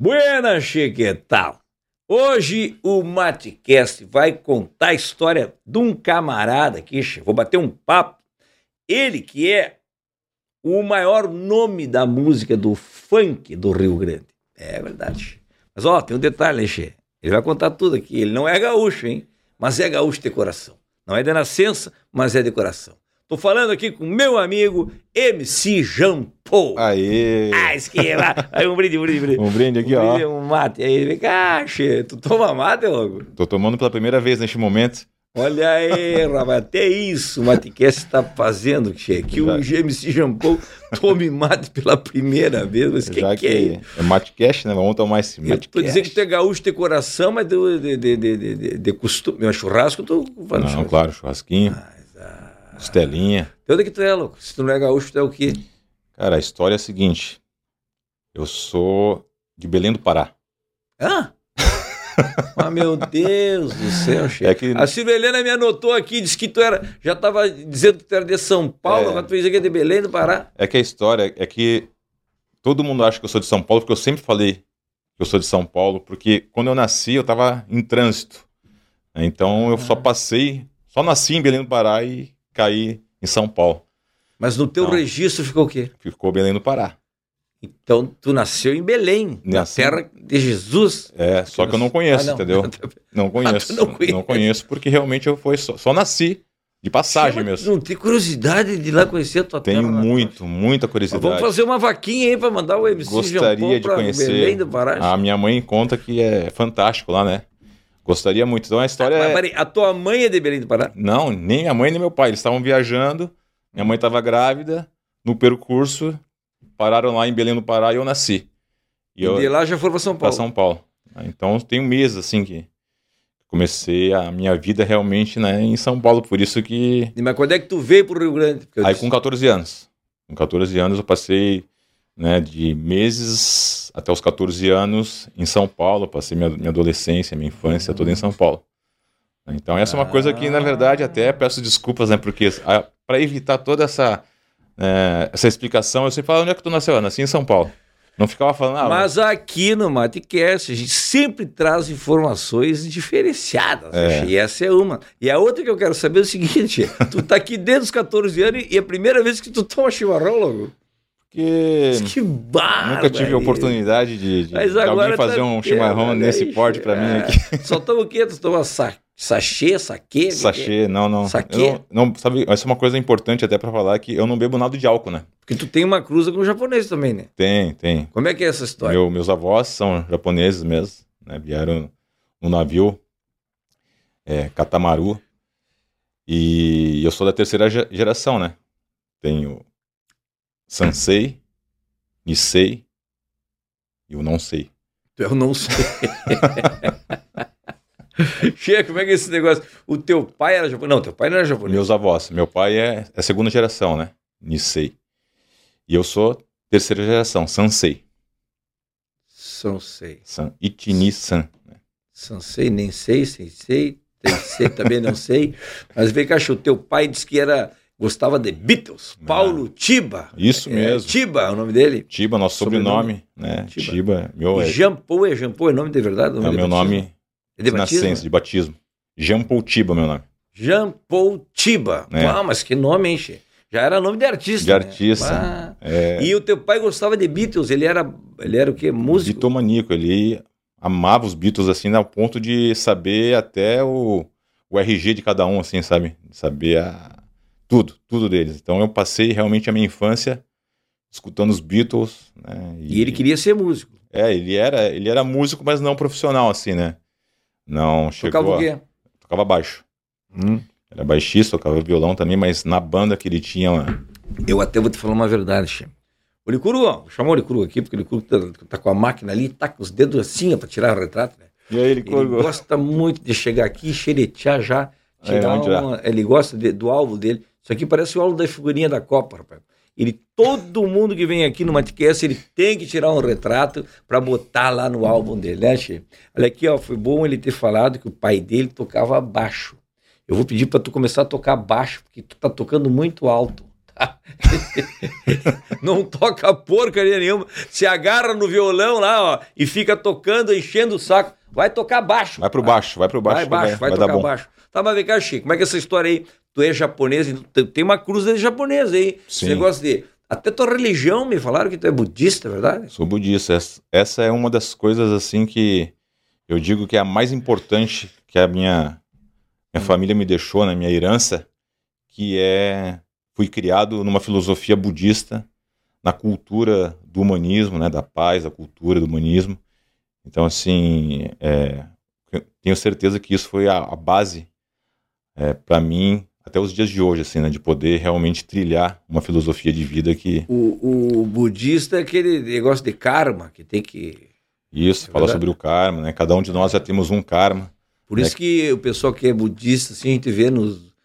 Buenas, che, que tal? Hoje o Matecast vai contar a história de um camarada aqui, che. Vou bater um papo. Ele que é o maior nome da música do funk do Rio Grande. É verdade, che. Mas ó, tem um detalhe, che. Ele vai contar tudo aqui. Ele não é gaúcho, hein? Mas é gaúcho de coração. Não é de nascença, mas é de coração. Tô falando aqui com meu amigo MC Jean Paul. Aê! Ah, esquema! Aí um brinde. Um brinde aqui, ó. Um mate. Aí ele vem cá, che, tu toma mate, logo? Tô tomando pela primeira vez neste momento. Olha aí, rapaz, até isso o Matecast está fazendo, che, que o MC Jean Paul tome mate pela primeira vez. Mas Já que é Matecast, né? Vamos tomar esse Matecast. Eu tô dizendo que tu é gaúcho de coração, mas de costume. Meu churrasco, tu faz Não, claro, churrasquinho. Costelinha. De onde que tu é, louco? Se tu não é gaúcho, tu é o quê? Cara, a história é a seguinte. Eu sou de Belém do Pará. Hã? Ah, meu Deus do céu, chefe. É que... A Silvia Helena me anotou aqui, disse que tu era. Já estava dizendo que tu era de São Paulo, agora tu fez aqui de Belém do Pará. É que a história é que todo mundo acha que eu sou de São Paulo, porque eu sempre falei que eu sou de São Paulo, porque quando eu nasci eu estava em trânsito. Então eu só nasci em Belém do Pará e caí em São Paulo. Mas no teu registro ficou o quê? Ficou Belém do Pará. Então tu nasceu em Belém, na terra de Jesus. É, só que eu não conheço, entendeu? Não conheço. Não conheço porque realmente eu só nasci de passagem mesmo. Não tem curiosidade de ir lá conhecer a tua terra? Tenho muita curiosidade. Mas vamos fazer uma vaquinha aí para mandar o MC Gostaria de conhecer. Belém do Pará. A minha mãe conta que é fantástico lá, né? Gostaria muito. Então a história Mas a tua mãe é de Belém do Pará? Não, nem minha mãe nem meu pai. Eles estavam viajando, minha mãe estava grávida, no percurso, pararam lá em Belém do Pará e eu nasci. E de lá já foram para São Paulo? Para São Paulo. Então tem um mês assim que comecei a minha vida realmente, né, em São Paulo. Por isso que... Mas quando é que tu veio para o Rio Grande? Aí com 14 anos. Com 14 anos eu passei... né, de meses até os 14 anos em São Paulo, passei minha adolescência, minha infância toda em São Paulo. Então essa é uma coisa que, na verdade, até peço desculpas, né, porque para evitar toda essa explicação, eu sempre falo, onde é que tu nasceu? Eu nasci em São Paulo. Não ficava falando... Mas aqui no Matecast a gente sempre traz informações diferenciadas, e essa é uma. E a outra que eu quero saber é o seguinte, tu tá aqui desde os 14 anos e é a primeira vez que tu toma chimarrão, logo. Porque que barba, nunca tive a oportunidade de alguém fazer um chimarrão nesse porte pra mim aqui. Só toma o quê? Tu toma sachê, saquê? Sachê, não. Saquê? Não, sabe, essa é uma coisa importante até pra falar, que eu não bebo nada de álcool, né? Porque tu tem uma cruza com o japonês também, né? Tem. Como é que é essa história? Meus avós são japoneses mesmo, né? Vieram no navio Katamaru, e eu sou da terceira geração, né? Tenho Sansei, Nisei e o não sei. Eu não sei. Che, como é que é esse negócio? O teu pai era japonês? Não, teu pai não era japonês. Meus avós. Meu pai é a segunda geração, né? Nisei. E eu sou terceira geração, Sansei. Sansei. Ichini-san. Sansei, nem sei, sensei, tensei também não sei. Mas vem cá, o teu pai disse que gostava de Beatles, Paulo Tiba. Isso mesmo. Tiba é o nome dele? Tiba, nosso sobrenome, né? Tiba. Jean Paul é nome de verdade? É o meu nome de nascença, de batismo. Jean Paul Tiba, meu nome. Jean Paul Tiba. Ah, mas que nome, hein, che? Já era nome de artista. De artista. E o teu pai gostava de Beatles, ele era o quê? Músico? Bitomaníaco, ele amava os Beatles, assim, ao ponto de saber até o RG de cada um, assim, sabe? Saber tudo deles. Então eu passei realmente a minha infância escutando os Beatles, né? E ele queria ser músico. Ele era músico, mas não profissional, assim, né? Não chegou. Tocava o quê? Tocava baixo. Era baixista, tocava violão também, mas na banda que ele tinha lá. Eu até vou te falar uma verdade, che. O Licuru, chamou o Licuru aqui, porque o Licuru tá com a máquina ali, tá com os dedos assim, pra tirar o retrato, né? E aí, Licuru? Ele gosta muito de chegar aqui e xeretear já, ele gosta do álbum dele. Isso aqui parece o álbum da figurinha da Copa, rapaz. Todo mundo que vem aqui no Matecast, ele tem que tirar um retrato para botar lá no álbum dele, né, che? Olha aqui, ó, foi bom ele ter falado que o pai dele tocava baixo. Eu vou pedir para tu começar a tocar baixo, porque tu tá tocando muito alto. Não toca porcaria nenhuma. Se agarra no violão lá, ó, e fica tocando, enchendo o saco. Vai tocar baixo. Vai pro baixo, vai Vai dar tocar bom. baixo. Tá, mas vem cá, Chico, como é que é essa história aí? Tu é japonês, tem uma cruz japonesa aí. Sim. Esse negócio de... Até tua religião, me falaram que tu é budista, é verdade? Sou budista. Essa é uma das coisas assim que eu digo que é a mais importante que a minha família me deixou, na minha herança, que fui criado numa filosofia budista, na cultura do humanismo, né, da paz, da cultura do humanismo. Então, assim, tenho certeza que isso foi a base para mim até os dias de hoje, assim, né, de poder realmente trilhar uma filosofia de vida que... O budista é aquele negócio de karma, que tem que... Isso, fala sobre o karma, né? Cada um de nós já temos um karma. Por isso que o pessoal que é budista, assim, a gente vê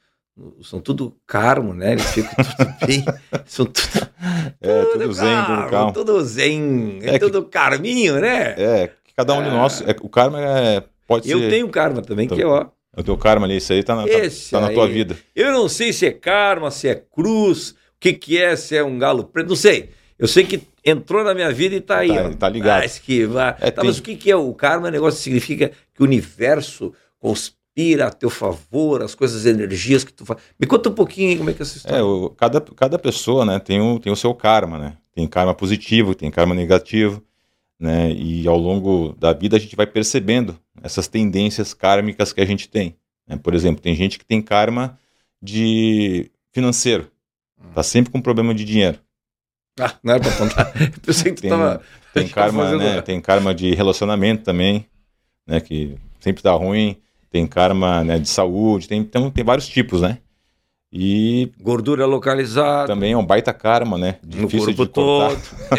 são tudo karma, né? Eles ficam tudo bem, são tudo... tudo zen, tudo calmo. Tudo zen, tudo karminho, né? Que cada um de nós... o karma pode ser... Eu tenho karma também, que ó... O teu karma ali, isso aí tá na tua vida. Eu não sei se é karma, se é cruz, o que é, se é um galo preto, não sei. Eu sei que entrou na minha vida e tá aí, ó. Tá ligado. Mas o que é o karma? O negócio significa que o universo conspira a teu favor, as coisas, as energias que tu faz. Me conta um pouquinho aí como é que é essa história. Cada pessoa, né, tem o seu karma, né? Tem karma positivo, tem karma negativo, né? E ao longo da vida a gente vai percebendo essas tendências kármicas que a gente tem, né? Por exemplo, tem gente que tem karma de financeiro, tá sempre com problema de dinheiro. Não era pra contar. Eu pensei que tu tava... Tem karma, né? Tem karma de relacionamento também, né? Que sempre tá ruim. Tem karma, né, de saúde, então tem vários tipos, né? E gordura localizada. Também é um baita karma, né? Difícil de cortar.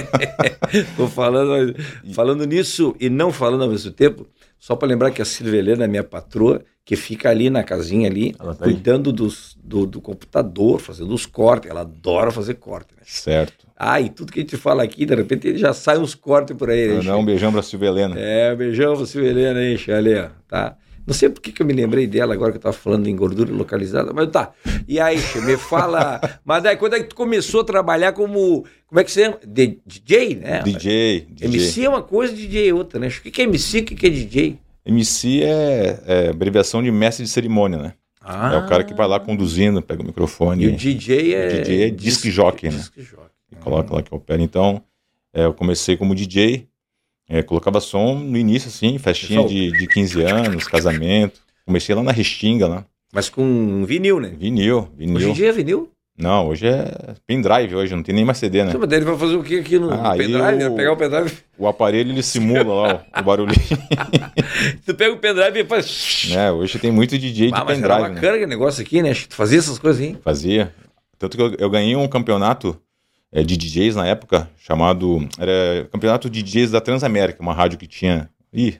Tô falando nisso e não falando ao mesmo tempo, só para lembrar que a Silvia Helena é minha patroa, que fica ali na casinha ali, cuidando do computador, fazendo os cortes. Ela adora fazer corte, né? Certo. E tudo que a gente fala aqui, de repente já sai uns cortes por aí. Né, um beijão pra Silvia Helena. Um beijão pra Silvia Helena aí, ali, ó, tá? Não sei por que eu me lembrei dela agora que eu tava falando em gordura localizada, mas tá. E aí, me fala... Mas daí, quando é que tu começou a trabalhar como é que você chama? DJ, né? DJ. MC é uma coisa, DJ é outra, né? O que é MC, o que é DJ? MC é abreviação de mestre de cerimônia, né? É o cara que vai lá conduzindo, pega o microfone. E o DJ é... O DJ é disc jockey, né? Disc jockey. E coloca lá que opera. Então, eu comecei como DJ... colocava som no início, assim, festinha de 15 anos, casamento. Comecei lá na Restinga, lá. Mas com vinil, né? Vinil. Hoje em dia é vinil? Não, hoje é pendrive, hoje não tem nem mais CD, né? Mas daí ele vai fazer o que aqui no pendrive? Vai pegar o pendrive? O aparelho, ele simula lá o barulhinho. Tu pega o pendrive e faz... hoje tem muito DJ de pendrive, mas era bacana aquele negócio aqui, né? Tu fazia essas coisas aí? Fazia. Tanto que eu ganhei um campeonato... de DJs na época, era Campeonato de DJs da Transamérica, uma rádio que tinha, em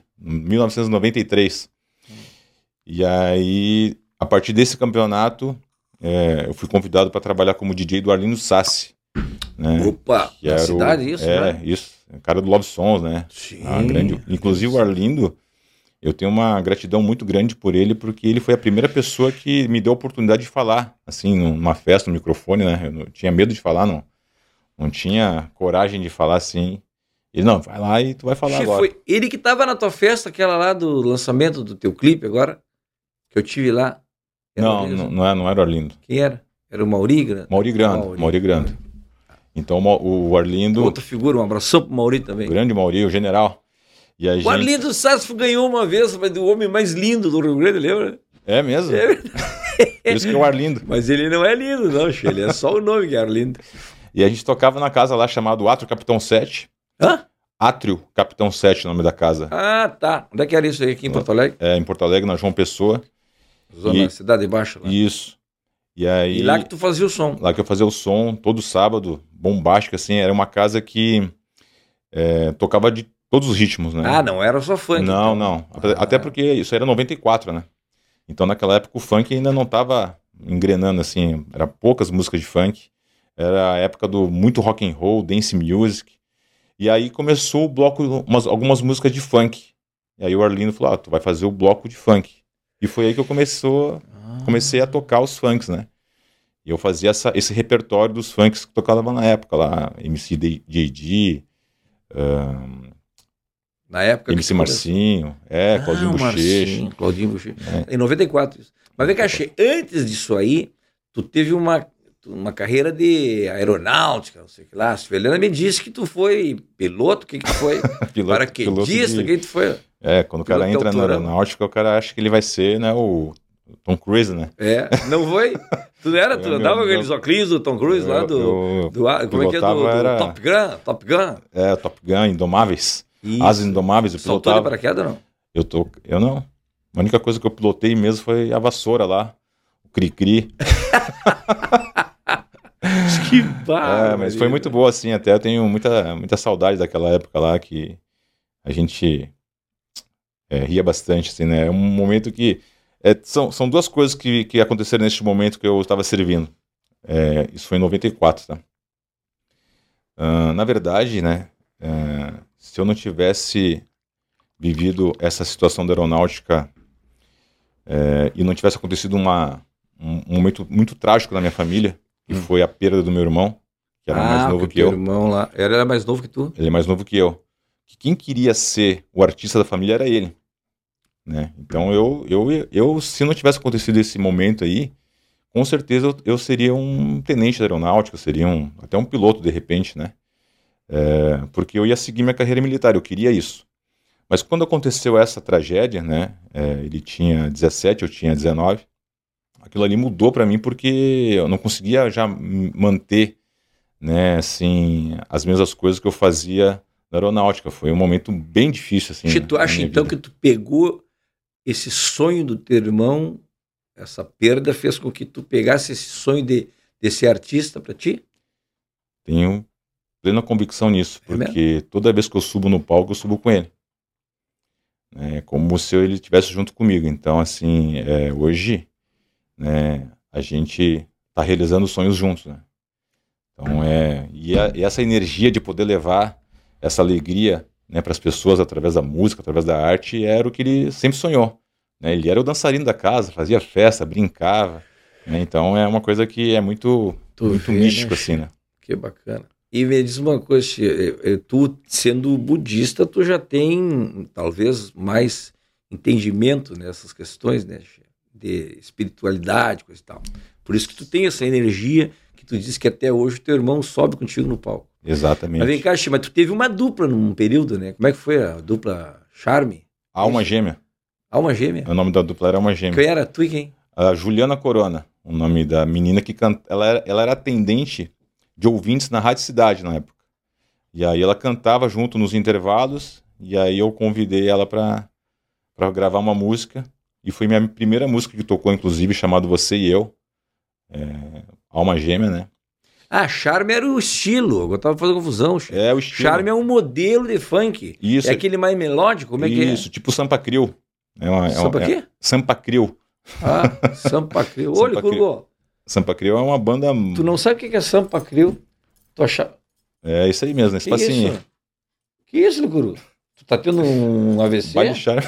1993. E aí, a partir desse campeonato, eu fui convidado para trabalhar como DJ do Arlindo Sassi. Né? Opa, na cidade isso, né? Isso, cara do Love Songs, né? Sim. Inclusive o Arlindo, eu tenho uma gratidão muito grande por ele, porque ele foi a primeira pessoa que me deu a oportunidade de falar, assim, numa festa, no microfone, né? Eu tinha medo de falar, não tinha coragem de falar assim. Ele, não, vai lá e tu vai falar agora. Foi ele que tava na tua festa, aquela lá do lançamento do teu clipe agora? Que eu tive lá? Não era o Arlindo. Quem era? Era o Mauri Grande? Mauri Grande. Então o Arlindo... Outra figura, um abração pro Mauri também. O grande Mauri, o general. E o Arlindo Sassfo ganhou uma vez, do homem mais lindo do Rio Grande, lembra? É mesmo? Por isso que é o Arlindo. Mas ele não é lindo, não, ele é só o nome que é Arlindo. E a gente tocava na casa lá chamado Átrio Capitão 7. Hã? Átrio Capitão 7, o nome da casa. Tá. Onde é que era isso aí? Aqui em Porto Alegre? Em Porto Alegre, na João Pessoa. Zona Cidade Baixa. Lá. Isso. E lá que tu fazia o som. Lá que eu fazia o som, todo sábado, bombástico, assim. Era uma casa que tocava de todos os ritmos, né? Não era só funk. Não. Até porque isso era 94, né? Então naquela época o funk ainda não tava engrenando, assim. Era poucas músicas de funk. Era a época do muito rock and roll, dance music. E aí começou o bloco, algumas músicas de funk. E aí o Arlindo falou, tu vai fazer o bloco de funk. E foi aí que eu comecei a tocar os funks, né? E eu fazia esse repertório dos funks que tocava na época lá, MC JD, Na época MC Marcinho, Claudinho Bochecha. Claudinho Bochecha. Em 94 isso. Mas vem cá, antes disso aí, tu teve uma carreira de aeronáutica, não sei o que lá. A Helena me disse que tu foi piloto, o que tu foi? Paraquedista, que tu foi? Quando o cara entra na aeronáutica, o cara acha que ele vai ser, né, o Tom Cruise, né? Não foi? Tu andava com aqueles óculos do Tom Cruise lá como é que é? Do Top Gun? Top Gun? Top Gun, Indomáveis. Asas Indomáveis, eu pilotava. Saltou de paraquedas ou não? Eu não. A única coisa que eu pilotei mesmo foi a vassoura lá, o Cri-Cri. Que barra! Mas foi muito boa, assim, até eu tenho muita saudade daquela época lá que a gente ria bastante, assim, né? É um momento que... são duas coisas que aconteceram neste momento que eu estava servindo. Isso foi em 94, tá? Na verdade, né, se eu não tivesse vivido essa situação da aeronáutica e não tivesse acontecido um momento muito trágico na minha família, que foi a perda do meu irmão, que era mais novo que eu. Irmão lá. Ele era mais novo que tu? Ele é mais novo que eu. Que quem queria ser o artista da família era ele. Né? Então eu, se não tivesse acontecido esse momento aí, com certeza eu seria um tenente da aeronáutica, seria até um piloto de repente, né? Porque eu ia seguir minha carreira militar, eu queria isso. Mas quando aconteceu essa tragédia, né? Ele tinha 17, eu tinha 19, aquilo ali mudou para mim porque eu não conseguia já manter, né, assim, as mesmas coisas que eu fazia na aeronáutica. Foi um momento bem difícil, assim. Tu acha então que tu pegou esse sonho do teu irmão, essa perda fez com que tu pegasse esse sonho de ser artista para ti? Tenho plena convicção nisso, porque toda vez que eu subo no palco, eu subo com ele. É como se ele estivesse junto comigo. Então, assim, hoje, né, a gente está realizando sonhos juntos, né? Então, e essa energia de poder levar essa alegria, né, para as pessoas através da música, através da arte, era o que ele sempre sonhou, né? Ele era o dançarino da casa, fazia festa, brincava, né? Então é uma coisa que é muito místico, assim, né? Que bacana. E me diz uma coisa, tu sendo budista, tu já tem talvez mais entendimento nessas questões, né, de espiritualidade, coisa e tal. Por isso que tu tem essa energia que tu disse que até hoje o teu irmão sobe contigo no palco. Exatamente. Mas vem cá, mas tu teve uma dupla num período, né? Como é que foi a dupla Charme? Alma Gêmea. Alma Gêmea? O nome da dupla era Alma Gêmea. Quem era tu e quem? A Juliana Corona, o nome da menina que canta. Ela era atendente de ouvintes na Rádio Cidade na época. E aí ela cantava junto nos intervalos, e aí eu convidei ela para gravar uma música, e foi minha primeira música que tocou, inclusive, chamado Você e Eu, Alma Gêmea, né? Charme era o estilo, eu tava fazendo confusão. O estilo. Charme é um modelo de funk. Isso. É aquele mais melódico, como é que é? Isso, tipo Sampa Crio. Sampa quê? Sampa Crio. Sampa Crio. Olha, Curgo. Sampa Crio é uma banda... Tu não sabe o que é Sampa Crio? Tu acha... É isso aí mesmo, esse passinho. Que isso, Licuru? Tu tá tendo um AVC? Baile Charme.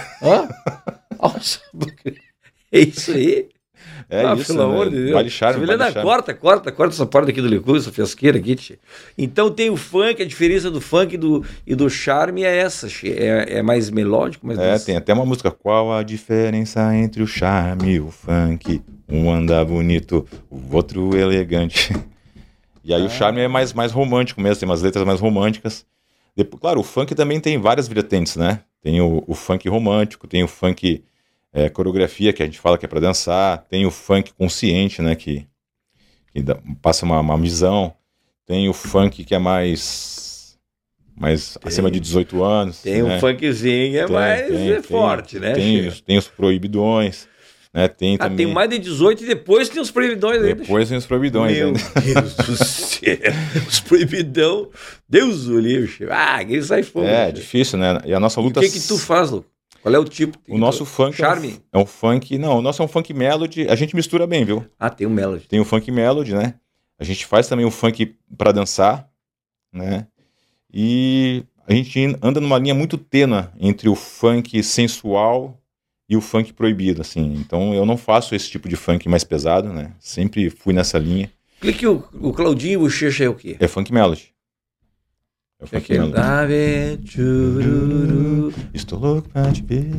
É isso aí? Isso, pelo amor de Deus. Baile Charme. Corta essa parte aqui do Licuru, essa fiasqueira aqui, tia. Então tem o funk, a diferença do funk e do charme é essa, é mais melódico, mais... Tem até uma música. Qual a diferença entre o charme e o funk? Um anda bonito, o outro elegante. E aí o charme é mais romântico mesmo, tem umas letras mais românticas. Claro, o funk também tem várias vertentes, né? Tem o funk romântico, tem o funk coreografia, que a gente fala que é pra dançar, tem o funk consciente, né? Que passa uma visão. Tem o funk que é mais acima de 18 anos. Tem um funkzinho mais forte, né? Tem os proibidões. Né, tem também... tem mais de 18 e depois tem os proibidões ainda. Depois tem os proibidões ainda. Meu Deus do céu. Os proibidão. Deus o livre. Aquele sai fogo. Difícil, né? E a nossa luta... E o que tu faz, Lu? Qual é o tipo? O nosso funk Charme? É um funk... Não, o nosso é um funk melody. A gente mistura bem, viu? Tem um melody. Tem o funk melody, né? A gente faz também o funk pra dançar, né? E a gente anda numa linha muito tênue entre o funk sensual e o funk proibido, assim. Então eu não faço esse tipo de funk mais pesado, né? Sempre fui nessa linha. Que o Claudinho Bochecha é o quê? É funk melody. É o É funk melody. Estou louco pra te ver.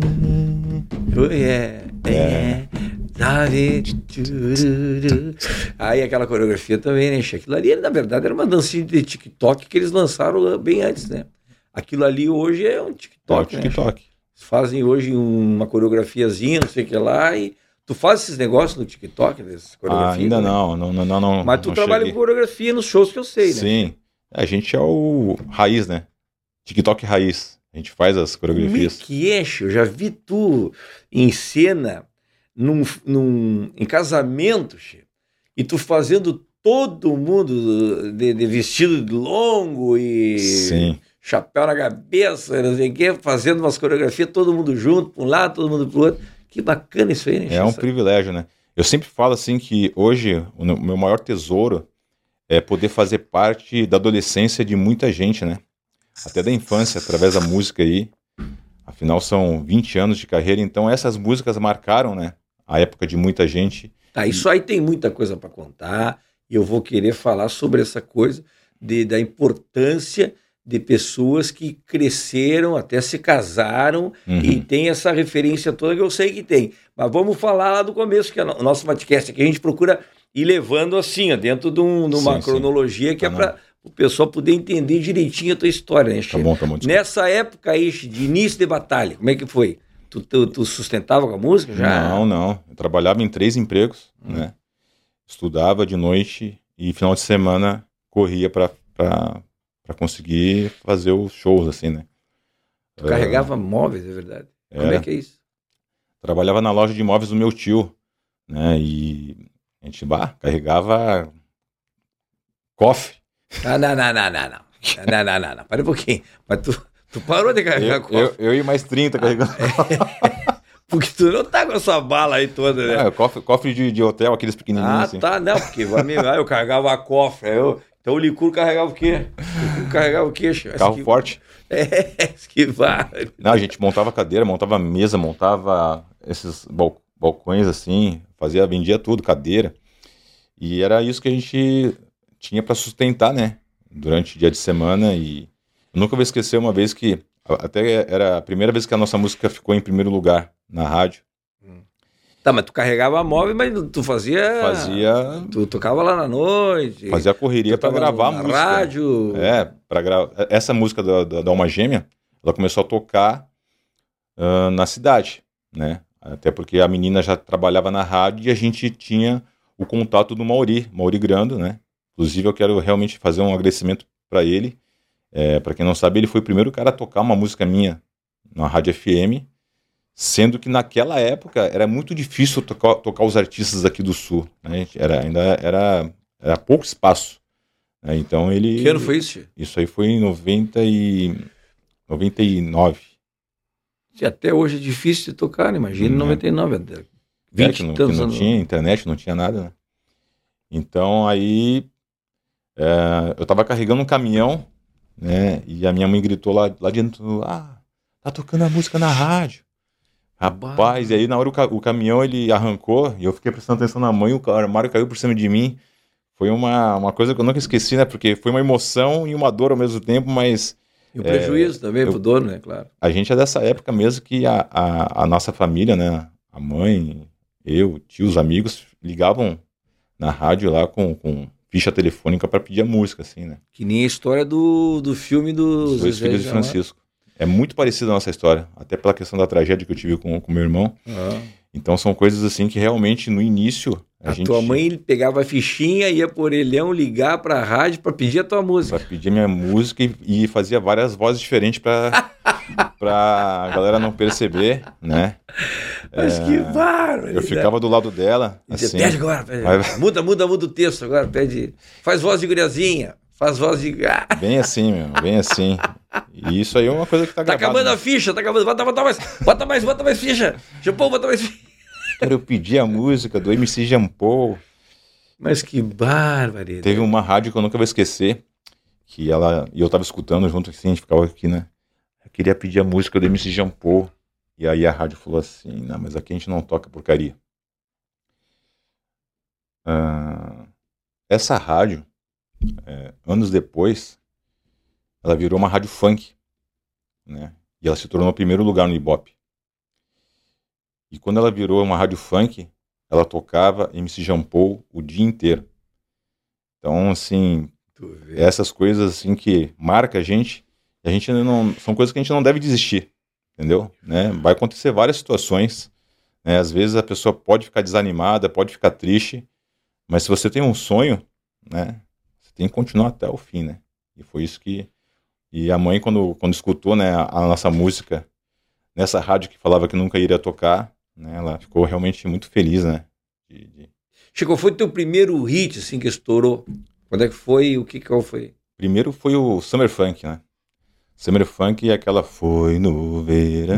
Aí aquela coreografia também, né? Aquilo ali, na verdade, era uma dancinha de TikTok que eles lançaram bem antes, né? Aquilo ali hoje é um TikTok, É o TikTok. Né? Fazem hoje uma coreografiazinha, não sei o que lá, e tu faz esses negócios no TikTok, dessas coreografias? Ainda né? não. Mas tu não trabalha cheguei. com coreografia nos shows que eu sei, né? Sim. A gente é o raiz, né? TikTok raiz. A gente faz as coreografias. Eu já vi tu em cena em casamento, e tu fazendo todo mundo de vestido longo e Sim. chapéu na cabeça, não sei o quê, fazendo umas coreografias, todo mundo junto, para um lado, todo mundo para o outro. Que bacana isso aí, né? É um privilégio, né? Eu sempre falo assim que hoje o meu maior tesouro é poder fazer parte da adolescência de muita gente, né? Até da infância, através da música aí. Afinal, são 20 anos de carreira, então essas músicas marcaram, né? A época de muita gente. Tá, isso aí tem muita coisa para contar, e eu vou querer falar sobre essa coisa da importância de pessoas que cresceram, até se casaram, e tem essa referência toda que eu sei que tem. Mas vamos falar lá do começo, que é o nosso podcast aqui, a gente procura ir levando assim, ó, dentro de uma cronologia que é para o pessoal poder entender direitinho a tua história, né, Tá bom, desculpa. Nessa época aí, de início de batalha, como é que foi? Tu sustentava com a música já? Não. Eu trabalhava em 3 empregos, né? Estudava de noite e final de semana corria para conseguir fazer os shows, assim, né? Tu carregava móveis, é verdade? Como é que é isso? Trabalhava na loja de imóveis do meu tio, né? E a gente carregava cofre. Não. Para um pouquinho. Mas tu parou de carregar cofre. Eu e mais 30 carregando. Porque tu não tá com essa bala aí toda, né? Cofre de hotel, aqueles pequenininhos assim. Tá, não, porque eu carregava a cofre. Então o Licurgo carregava o quê? Carro forte. Esquivar. Não, a gente montava cadeira, montava mesa, montava esses balcões assim, vendia tudo, cadeira. E era isso que a gente tinha para sustentar, né? Durante o dia de semana. E eu nunca vou esquecer uma vez que até era a primeira vez que a nossa música ficou em primeiro lugar na rádio. Tá, mas tu carregava a móvel, mas tu fazia... Tu tocava lá na noite. Fazia a correria para gravar a música. Rádio. Para gravar. Essa música da Alma Gêmea, ela começou a tocar na cidade, né? Até porque a menina já trabalhava na rádio e a gente tinha o contato do Mauri Grando, né? Inclusive eu quero realmente fazer um agradecimento para ele. Para quem não sabe, ele foi o primeiro cara a tocar uma música minha na rádio FM, sendo que naquela época era muito difícil tocar os artistas aqui do Sul, né? Era pouco espaço, né? Então ele... Que ano foi isso? Isso aí foi em 99. Até hoje é difícil de tocar, né? Imagina em 99. 20 que não tinha internet, não tinha nada, né? Então aí eu tava carregando um caminhão, né? E a minha mãe gritou lá dentro, tá tocando a música na rádio. Rapaz, e aí na hora o caminhão ele arrancou e eu fiquei prestando atenção na mãe, o armário caiu por cima de mim. Foi uma coisa que eu nunca esqueci, né? Porque foi uma emoção e uma dor ao mesmo tempo, mas... E um prejuízo também pro dono, né? Claro. A gente é dessa época mesmo que a nossa família, né? A mãe, eu, tios, amigos, ligavam na rádio lá com ficha telefônica para pedir a música, assim, né? Que nem a história do filme dos 2 filhos de Francisco. É muito parecida a nossa história, até pela questão da tragédia que eu tive com meu irmão. Então são coisas assim que realmente no início... Tua mãe pegava a fichinha, ia por orelhão ligar pra rádio pra pedir a tua música. Pra pedir a minha música e fazia várias vozes diferentes pra galera não perceber, né? Mas que bárbaro! Eu ficava do lado dela, assim... Pede agora, muda o texto agora, pede... Faz voz de guriazinha, faz voz de... Bem assim, bem assim. E isso aí é uma coisa que tá gravada. Tá acabando a ficha, bota mais ficha. Jampou, bota mais ficha. Eu pedi a música do MC Jampou. Mas que barbaridade. Teve uma rádio que eu nunca vou esquecer, que eu tava escutando junto, assim, a gente ficava aqui, né? Eu queria pedir a música do MC Jampou. E aí a rádio falou assim, não, mas aqui a gente não toca porcaria. Essa rádio, anos depois, ela virou uma rádio funk, né? E ela se tornou o primeiro lugar no Ibope. E quando ela virou uma rádio funk, ela tocava MC Jean Paul o dia inteiro. Então, assim, essas coisas assim que marcam a gente não, são coisas que a gente não deve desistir, entendeu? Né? Vai acontecer várias situações, né? Às vezes a pessoa pode ficar desanimada, pode ficar triste, mas se você tem um sonho, né, você tem que continuar até o fim, né? E foi isso que... E a mãe, quando escutou, né, a nossa música nessa rádio que falava que nunca iria tocar, né, ela ficou realmente muito feliz, né? Chico, foi teu primeiro hit, assim, que estourou? Quando é que foi? Qual foi? Primeiro foi o Summer Funk, né? Summer Funk é aquela... Foi no verão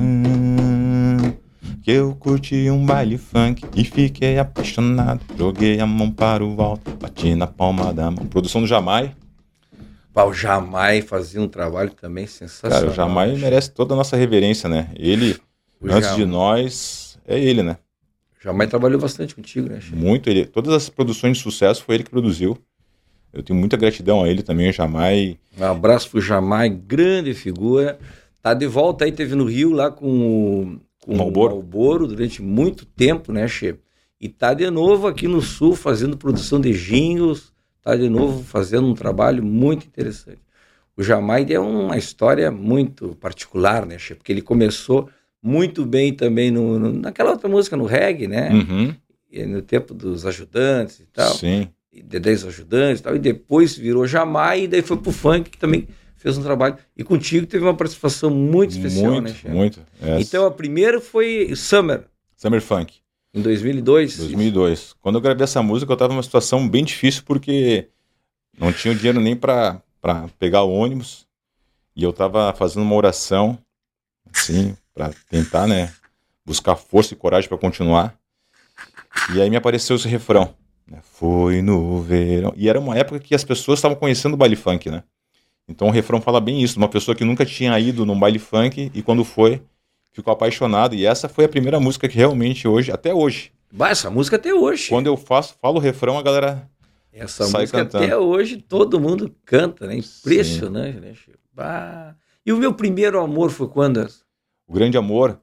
que eu curti um baile funk e fiquei apaixonado. Joguei a mão para o alto, bati na palma da mão. Produção do Jamai. O Jamai fazia um trabalho também sensacional. Cara, o Jamai merece toda a nossa reverência, né? Ele, antes de nós, é ele, né? O Jamai trabalhou bastante contigo, né, Chico? Muito, ele. Todas as produções de sucesso foi ele que produziu. Eu tenho muita gratidão a ele também, o Jamai. Um abraço pro Jamai, grande figura. Tá de volta aí, teve no Rio lá com o Malboro durante muito tempo, né, Che? E tá de novo aqui no Sul fazendo produção de jingles, tá de novo fazendo um trabalho muito interessante. O Jamai é uma história muito particular, né, Che? Porque ele começou muito bem também naquela outra música, no reggae, né? Uhum. E no tempo dos ajudantes e tal. Sim. De 10 ajudantes e tal, e depois virou Jamai, e daí foi pro funk, que também fez um trabalho. E contigo teve uma participação muito especial, né, Che? Muito. Então a primeira foi Summer Funk. Em 2002? 2002. Quando eu gravei essa música, eu tava numa situação bem difícil, porque não tinha dinheiro nem pra pegar o ônibus, e eu tava fazendo uma oração, assim, pra tentar, né, buscar força e coragem pra continuar. E aí me apareceu esse refrão. Foi no verão. E era uma época que as pessoas estavam conhecendo o baile funk, né? Então o refrão fala bem isso, uma pessoa que nunca tinha ido num baile funk e quando foi, ficou apaixonado. E essa foi a primeira música que realmente hoje, até hoje... Essa música até hoje. Quando eu falo o refrão, a galera essa sai música cantando. Até hoje todo mundo canta, né? Impressionante, né, Chico? E o meu primeiro amor foi quando? O Grande Amor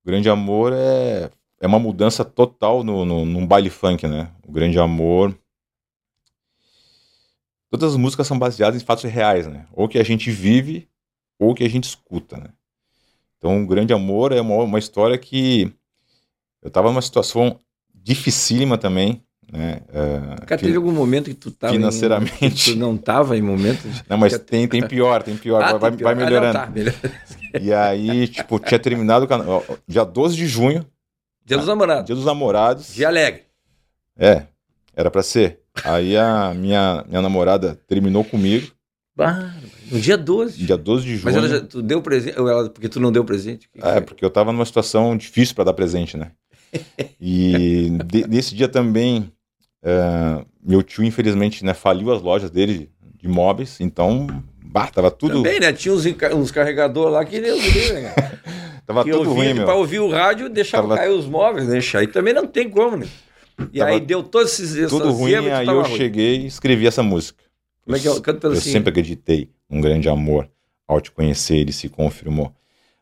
é uma mudança total num baile funk, né? O Grande Amor... Todas as músicas são baseadas em fatos reais, né? Ou que a gente vive, ou que a gente escuta, né? Então, O Grande Amor é uma história que... Eu tava numa situação dificílima também, né? Teve algum momento que tu tava... Financeiramente. Que tu não tava em momento... Não, mas tem pior. Vai melhorando. Não, tá, beleza. E aí, tipo, tinha terminado dia 12 de junho. Dia dos Namorados. Dia dos Namorados. Dia alegre. Era pra ser. Aí a minha namorada terminou comigo. No dia 12. Dia 12 de junho. Mas tu deu presente, porque tu não deu presente? Porque eu tava numa situação difícil pra dar presente, né? E nesse dia também, meu tio, infelizmente, né, faliu as lojas dele de móveis, então, tava tudo... Também, né? Tinha uns carregadores lá que Deus livre, né? Tava que tudo ruim, meu. Pra ouvir o rádio, deixava cair os móveis, né? Aí também não tem como, né? E aí deu todos esses... Tudo ruim, aí eu cheguei e escrevi essa música. Como é que eu canto assim? Eu sempre acreditei, um grande amor, ao te conhecer ele se confirmou.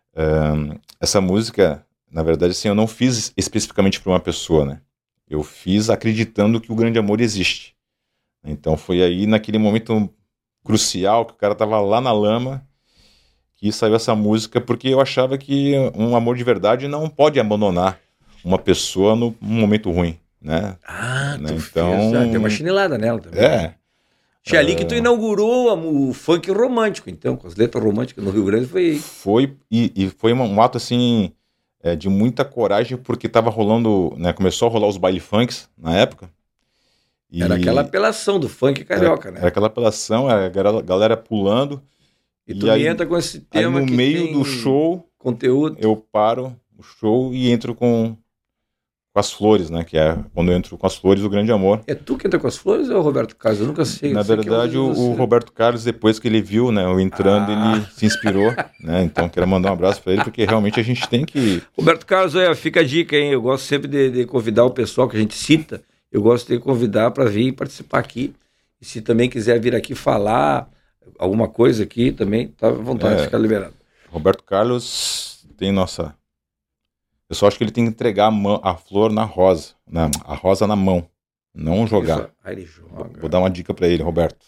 Essa música, na verdade, assim, eu não fiz especificamente para uma pessoa, né? Eu fiz acreditando que o grande amor existe. Então foi aí, naquele momento crucial, que o cara tava lá na lama, que saiu essa música, porque eu achava que um amor de verdade não pode abandonar uma pessoa num momento ruim, né? Então... Deu uma chinelada nela também. Tinha ali que tu inaugurou o funk romântico, então, com as letras românticas no Rio Grande, foi... E foi um ato, assim, de muita coragem, porque tava rolando, né, começou a rolar os baile funks na época. Era aquela apelação do funk carioca, né? Era aquela apelação, a galera pulando. E tu aí, entra com esse tema aí no meio do show, conteúdo. Eu paro o show e entro com com as flores, né? Que é quando eu entro com as flores, o grande amor. É tu que entra com as flores ou é o Roberto Carlos? Eu nunca sei. Na verdade, o Roberto Carlos, depois que ele viu, né, eu entrando, ele se inspirou, né? Então, quero mandar um abraço para ele, porque realmente a gente tem que... Roberto Carlos, fica a dica, hein? Eu gosto sempre de convidar o pessoal que a gente cita, eu gosto de convidar para vir participar aqui. E se também quiser vir aqui falar alguma coisa aqui, também tá à vontade, fica liberado. Roberto Carlos tem nossa... Eu só acho que ele tem que entregar a flor na rosa, a rosa na mão, não jogar. Ele joga. Vou dar uma dica para ele, Roberto.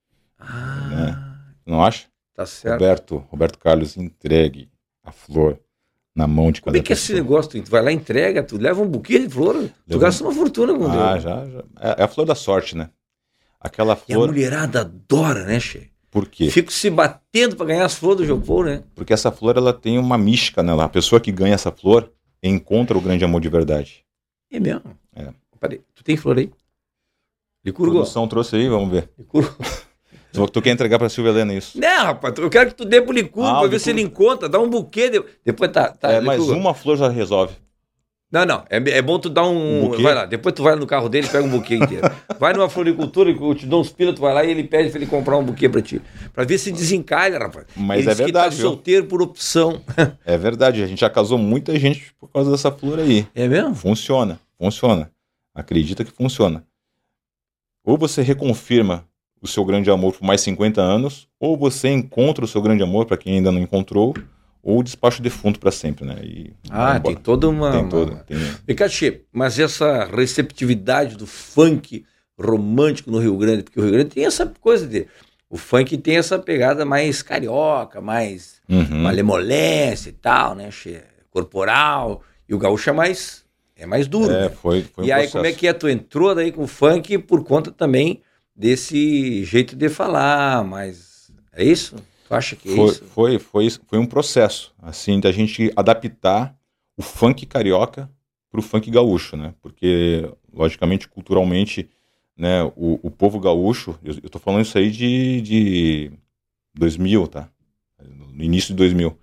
Né? Não acha? Tá certo. Roberto Carlos, entregue a flor na mão de cada pessoa. Como é que é esse negócio? Tu vai lá, entrega, tu leva um buquê de flor, tu gasta uma fortuna com Deus. Já. É a flor da sorte, né? Aquela flor... E a mulherada adora, né, Che? Por quê? Fico se batendo para ganhar as flores do Jopô, né? Porque essa flor, ela tem uma mística nela. A pessoa que ganha essa flor encontra o grande amor de verdade. É mesmo? É. Peraí, tu tem flor aí? A produção trouxe aí, vamos ver. Tu quer entregar pra Silvia Helena isso? Não, rapaz, eu quero que tu dê pro Licurgo pra ver se ele encontra, dá um buquê. Depois tá. Mas uma flor já resolve. Não. É bom tu dar um. Vai lá, depois tu vai no carro dele e pega um buquê inteiro. Vai numa floricultura, eu te dou uns pila, tu vai lá e ele pede pra ele comprar um buquê pra ti. Pra ver se desencalha, rapaz. Mas ele é verdade. Que tá solteiro por opção. É verdade, a gente já casou muita gente por causa dessa flor aí. É mesmo? Funciona. Acredita que funciona. Ou você reconfirma o seu grande amor por mais 50 anos, ou você encontra o seu grande amor para quem ainda não encontrou, ou despacha o defunto para sempre, né? Tem toda uma... Che, mas essa receptividade do funk romântico no Rio Grande, porque o Rio Grande tem essa coisa de... O funk tem essa pegada mais carioca, mais malemolência e tal, né, Che? Corporal. E o gaúcho é mais duro. Né? Foi um e aí, processo. como é que é? Tu entrou daí com o funk por conta também desse jeito de falar, mas é isso? Tu acha que é isso? Foi um processo, assim, da gente adaptar o funk carioca pro funk gaúcho, né? Porque, logicamente, culturalmente, né, o povo gaúcho, eu tô falando isso aí de 2000, tá? No início de 2000.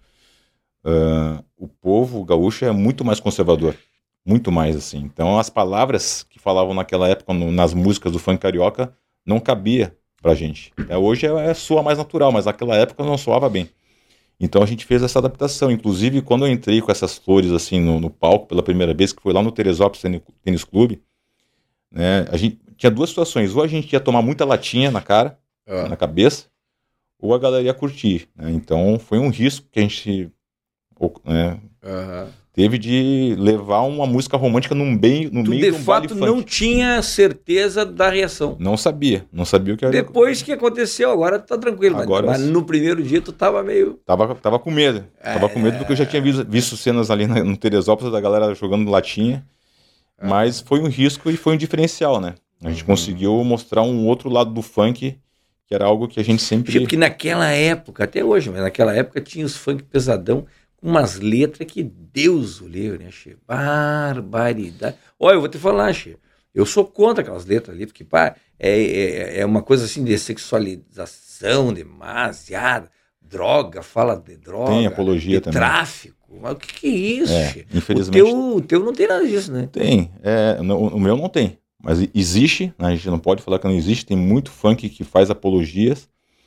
O povo gaúcho é muito mais conservador. Muito mais, assim. Então, as palavras que falavam naquela época nas músicas do funk carioca não cabia pra gente. Hoje soa mais natural, mas naquela época não soava bem. Então, a gente fez essa adaptação. Inclusive, quando eu entrei com essas flores, assim, no palco pela primeira vez, que foi lá no Teresópolis Tênis Clube, né, a gente tinha duas situações. Ou a gente ia tomar muita latinha na cara, na cabeça, ou a galera ia curtir. Né? Então, foi um risco que a gente... Né, teve de levar uma música romântica no meio de um baile funk. Tu de fato não tinha certeza da reação. Não sabia o que era. Depois que aconteceu, agora tu tá tranquilo. Mas no primeiro dia tu tava meio... Tava com medo. Tava com medo porque eu já tinha visto cenas ali no Teresópolis da galera jogando latinha. Mas foi um risco e foi um diferencial, né? A gente conseguiu mostrar um outro lado do funk, que era algo que a gente sempre... Porque naquela época, até hoje, mas naquela época tinha os funk pesadão, umas letras que Deus o livre, né, Che? Barbaridade. Olha, eu vou te falar, Che, eu sou contra aquelas letras ali, porque pá, é uma coisa assim de sexualização demasiada, droga, fala de droga, tem apologia de também. Tráfico. Mas o que é isso, Che? Infelizmente. O teu não tem nada disso, né? Tem, o meu não tem, mas existe, né, a gente não pode falar que não existe, tem muito funk que faz apologias,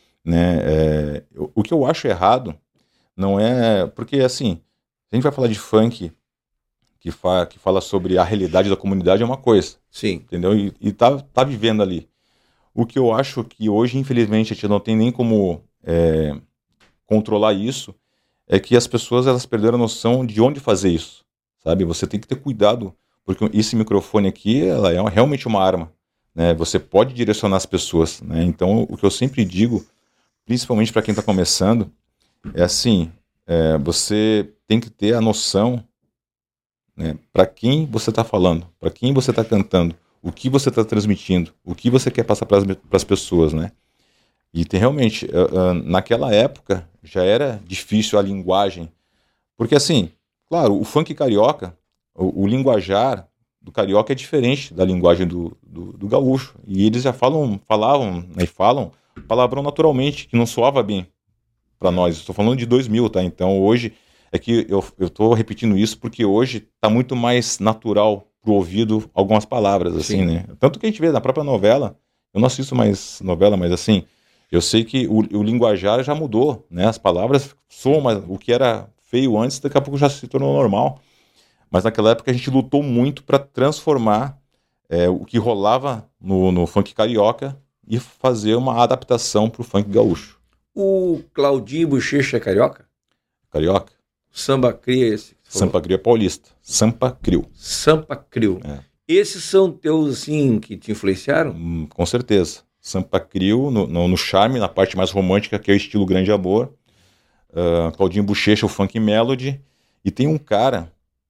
né, o que eu acho errado não é... Porque, assim, a gente vai falar de funk que fala sobre a realidade da comunidade é uma coisa. Sim. Entendeu? E tá vivendo ali. O que eu acho que hoje, infelizmente, a gente não tem nem como controlar isso, é que as pessoas elas perderam a noção de onde fazer isso. Sabe? Você tem que ter cuidado, porque esse microfone aqui ela é realmente uma arma. Né? Você pode direcionar as pessoas. Né? Então, o que eu sempre digo, principalmente para quem está começando, é assim, você tem que ter a noção, né, para quem você está falando, para quem você está cantando, o que você está transmitindo, o que você quer passar para as pessoas, né? E realmente, naquela época, já era difícil a linguagem, porque assim, claro, o funk carioca, o linguajar do carioca é diferente da linguagem do gaúcho, e eles já falavam, né, e falam palavrão naturalmente, que não soava bem para nós. Estou falando de 2000, tá? Então hoje é que eu estou repetindo isso porque hoje está muito mais natural pro ouvido algumas palavras, assim, né? Tanto que a gente vê na própria novela, eu não assisto mais novela, mas assim, eu sei que o linguajar já mudou, né? As palavras soam, mas o que era feio antes, daqui a pouco já se tornou normal. Mas naquela época a gente lutou muito para transformar o que rolava no funk carioca e fazer uma adaptação pro funk gaúcho. O Claudinho Bochecha é carioca? Carioca? Samba Cria esse? Sampa Crio é paulista. Sampa Crio. Sampa Crio. Esses são teus, assim, que te influenciaram? Com certeza. Sampa Crio, no charme, na parte mais romântica, que é o estilo Grande Amor. Claudinho Bochecha, o funk melody. E tem um cara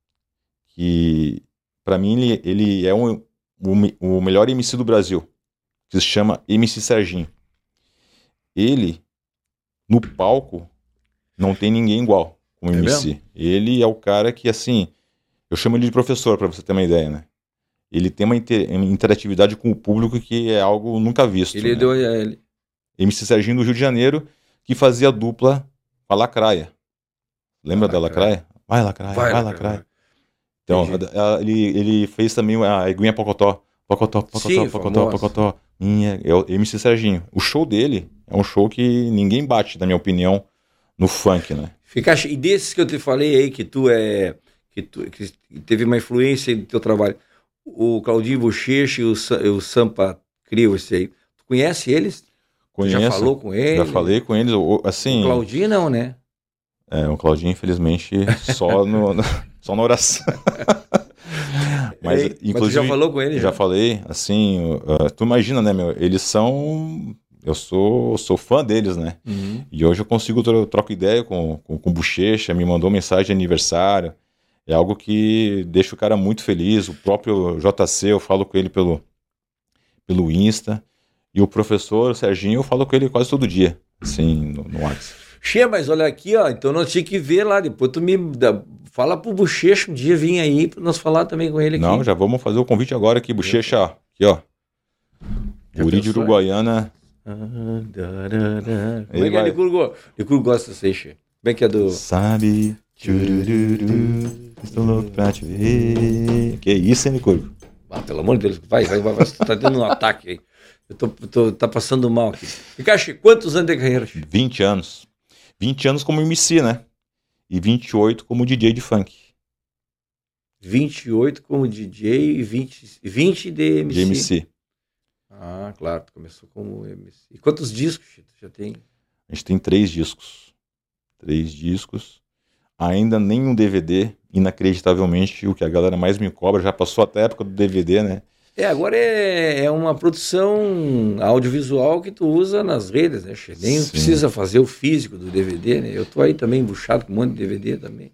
que, pra mim, ele é o melhor MC do Brasil, que se chama MC Serginho. Ele, no palco, não tem ninguém igual com o MC. Mesmo? Ele é o cara que, assim, eu chamo ele de professor, pra você ter uma ideia, né? Ele tem uma interatividade com o público que é algo nunca visto. Ele né? deu a ele. MC Serginho do Rio de Janeiro, que fazia dupla com a Lacraia. Lembra da Lacraia? Vai, Lacraia, vai, Lacraia. Então, ele fez também a Iguinha Pocotó. Pocotó. É o MC Serginho. O show dele é um show que ninguém bate, na minha opinião, no funk, né? E desses que eu te falei aí, que teve uma influência no teu trabalho, o Claudinho Bochecha e o Sampa Crio, esse aí, tu conhece eles? Conheço. Já falou com eles? Já falei com eles, assim... O Claudinho não, né? O Claudinho, infelizmente, só na oração. Mas inclusive, mas tu já falou com ele? Já falei, assim, tu imagina, né, meu, eles são... Eu sou fã deles, né? Uhum. E hoje eu consigo trocar ideia com o Bochecha, me mandou mensagem de aniversário. É algo que deixa o cara muito feliz. O próprio JC, eu falo com ele pelo Insta. E o professor Serginho, eu falo com ele quase todo dia, assim, no WhatsApp. Xê, mas olha aqui, ó, então nós tínhamos que ver lá, depois tu fala pro Bochecha um dia vir aí pra nós falar também com ele aqui. Não, já vamos fazer o convite agora aqui, Bochecha, aqui ó. Guri de Uruguaiana. Como é que é Licurgo? Licurgo gosta dessa aí, Xê. Como é que é do... Sabe, tchurururu, estou louco pra te ver. Que isso, hein, Licurgo? Pelo amor de Deus, vai, tá tendo um ataque aí. Tá passando mal aqui. Ricardo, quantos anos de carreira? 20 anos. 20 anos como MC, né? E 28 como DJ de funk. 28 como DJ e 20 de MC. De MC. Ah, claro, tu começou como MC. E quantos discos tu já tem? A gente tem 3 discos. 3 discos. Ainda nenhum DVD, inacreditavelmente, o que a galera mais me cobra. Já passou até a época do DVD, né? Agora é uma produção audiovisual que tu usa nas redes, né? Nem Sim. precisa fazer o físico do DVD, né? Eu tô aí também embuchado com um monte de DVD também.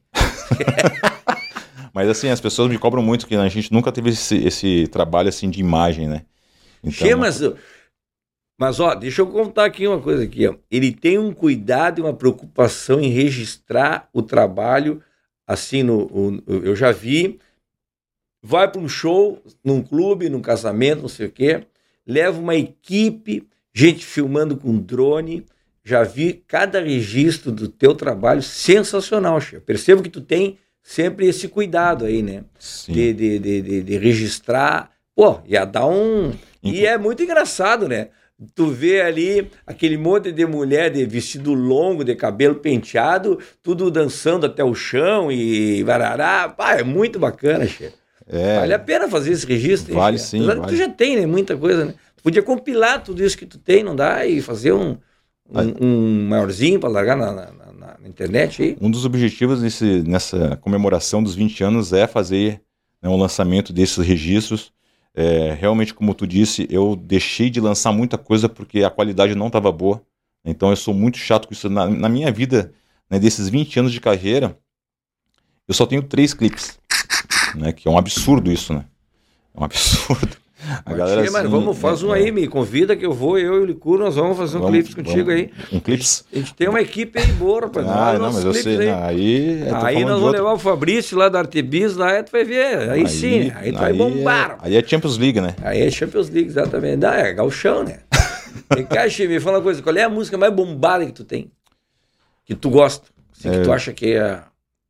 Mas assim, as pessoas me cobram muito que a gente nunca teve esse trabalho assim de imagem, né? Então, mas ó, deixa eu contar aqui uma coisa aqui, ó. Ele tem um cuidado e uma preocupação em registrar o trabalho, assim, eu já vi, vai para um show, num clube, num casamento, não sei o quê, leva uma equipe, gente filmando com drone, já vi cada registro do teu trabalho sensacional, Che. Percebo que tu tem sempre esse cuidado aí, né? Sim. De registrar, pô, ia dar um... E é muito engraçado, né? Tu vê ali aquele monte de mulher de vestido longo, de cabelo penteado, tudo dançando até o chão e varará. Pá, é muito bacana, Che. Vale a pena fazer esse registro. Vale hein, sim. Vale. Tu já tem, né? Muita coisa, né? Tu podia compilar tudo isso que tu tem, não dá? E fazer um maiorzinho para largar na internet aí. Um dos objetivos nessa comemoração dos 20 anos é fazer, né, um lançamento desses registros. Realmente, como tu disse, eu deixei de lançar muita coisa porque a qualidade não estava boa. Então eu sou muito chato com isso. Na minha vida, né, desses 20 anos de carreira, eu só tenho 3 clipes. Né, que é um absurdo isso, né? É um absurdo. Galera, assim, mas vamos, faz um aí, me convida que eu e o Licuro, nós vamos fazer um clipe contigo aí. Um clips? A gente tem uma equipe aí boa, rapaz. Não, mas eu sei. Aí nós vamos levar o Fabrício lá da Artebis, lá tu vai ver. Aí sim, aí tu vai bombar. Aí é Champions League, né? Aí é Champions League, exatamente. É gauchão, né? Ricardo, me fala uma coisa, qual é a música mais bombada que tu tem? Que tu gosta? Assim, que tu acha que é...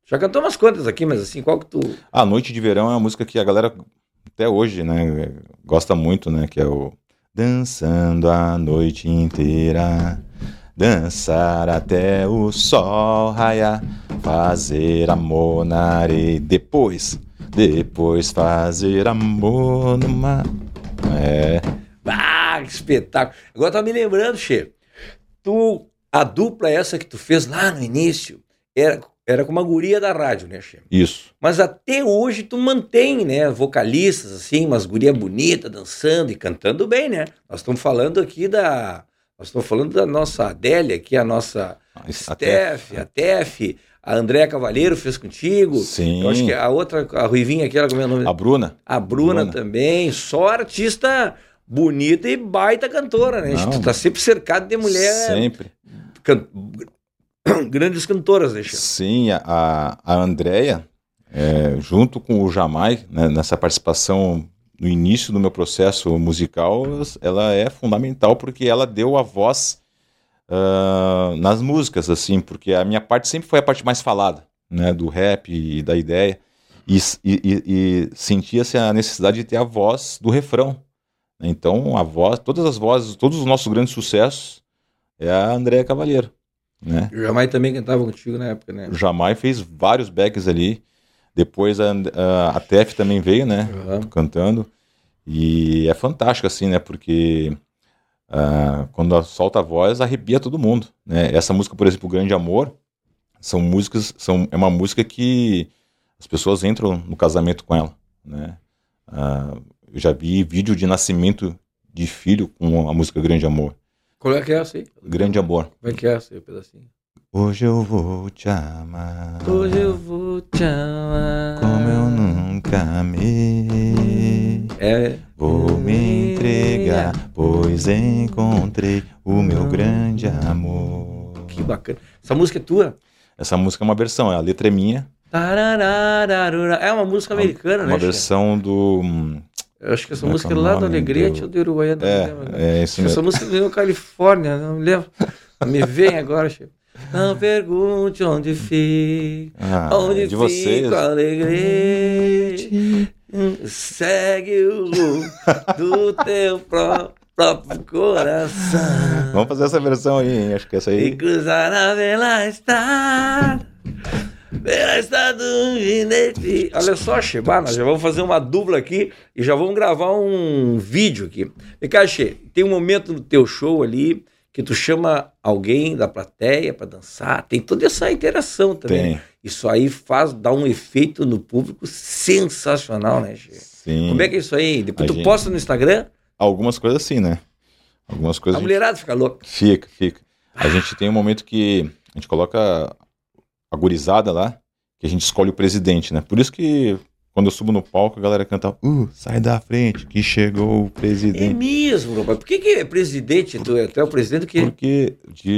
Já cantou umas quantas aqui, mas assim, qual que tu... A Noite de Verão é uma música que a galera, até hoje, né, gosta muito, né, que é o Dançando a noite inteira, dançar até o sol raiar, fazer amor na areia, depois fazer amor no mar. Ah, que espetáculo. Agora tá me lembrando, Che, a dupla essa que tu fez lá no início, era com uma guria da rádio, né, Che? Isso. Mas até hoje tu mantém, né, vocalistas, assim, umas gurias bonitas, dançando e cantando bem, né? Nós estamos falando aqui Nós estamos falando da nossa Adélia, aqui, a nossa Steph, a Tef, a Andréa Cavalheiro fez contigo. Sim. Eu acho que a outra, a Ruivinha aqui, como é o nome? A Bruna. A Bruna também. Só artista bonita e baita cantora, né? Tu tá sempre cercado de mulher. Sempre. Grandes cantoras, né, Che? Sim, a Andréia, junto com o Jamai, né, nessa participação no início do meu processo musical, ela é fundamental porque ela deu a voz nas músicas, assim, porque a minha parte sempre foi a parte mais falada, né, do rap e da ideia, e sentia-se a necessidade de ter a voz do refrão. Então, a voz, todas as vozes, todos os nossos grandes sucessos é a Andréa Cavalheiro. Né? O Jamai também cantava contigo na época, né? O Jamai fez vários backs ali. Depois a Tef também veio, né? Cantando. E é fantástico, assim, né? Porque quando ela solta a voz, arrepia todo mundo. Né? Essa música, por exemplo, O Grande Amor, é uma música que as pessoas entram no casamento com ela. Né? Eu já vi vídeo de nascimento de filho com a música Grande Amor. Qual é que é essa aí? Grande Amor. Como é que é essa aí, um pedacinho? Hoje eu vou te amar. Hoje eu vou te amar. Como eu nunca amei. Vou me entregar, pois encontrei o meu grande amor. Que bacana. Essa música é tua? Essa música é uma versão, a letra é minha. É uma música americana, né? Uma versão do... Eu acho que essa música é lá do Alegrete ou do Uruguaiana. É isso mesmo. Essa música veio na Califórnia, não me lembro. Me vem agora, Chico. Não pergunte onde fica, onde de vocês. Fica o Alegrete. Segue o rumo do teu próprio coração. Vamos fazer essa versão aí, hein? Acho que essa aí. E cruzar a Bela Estrada. Olha só, Cheba, nós já vamos fazer uma dupla aqui e já vamos gravar um vídeo aqui. E cá, Che, tem um momento no teu show ali que tu chama alguém da plateia para dançar, tem toda essa interação também. Tem. Isso aí dá um efeito no público sensacional, né, Che? Sim. Como é que é isso aí? Depois tu posta no Instagram? Algumas coisas assim, né? Algumas coisas. A mulherada fica louca. Fica. A gente tem um momento que a gente coloca a gurizada lá, que a gente escolhe o presidente, né? Por isso que quando eu subo no palco, a galera canta sai da frente, que chegou o presidente. É mesmo, rapaz. Por que é presidente? Tu é o presidente do quê? Porque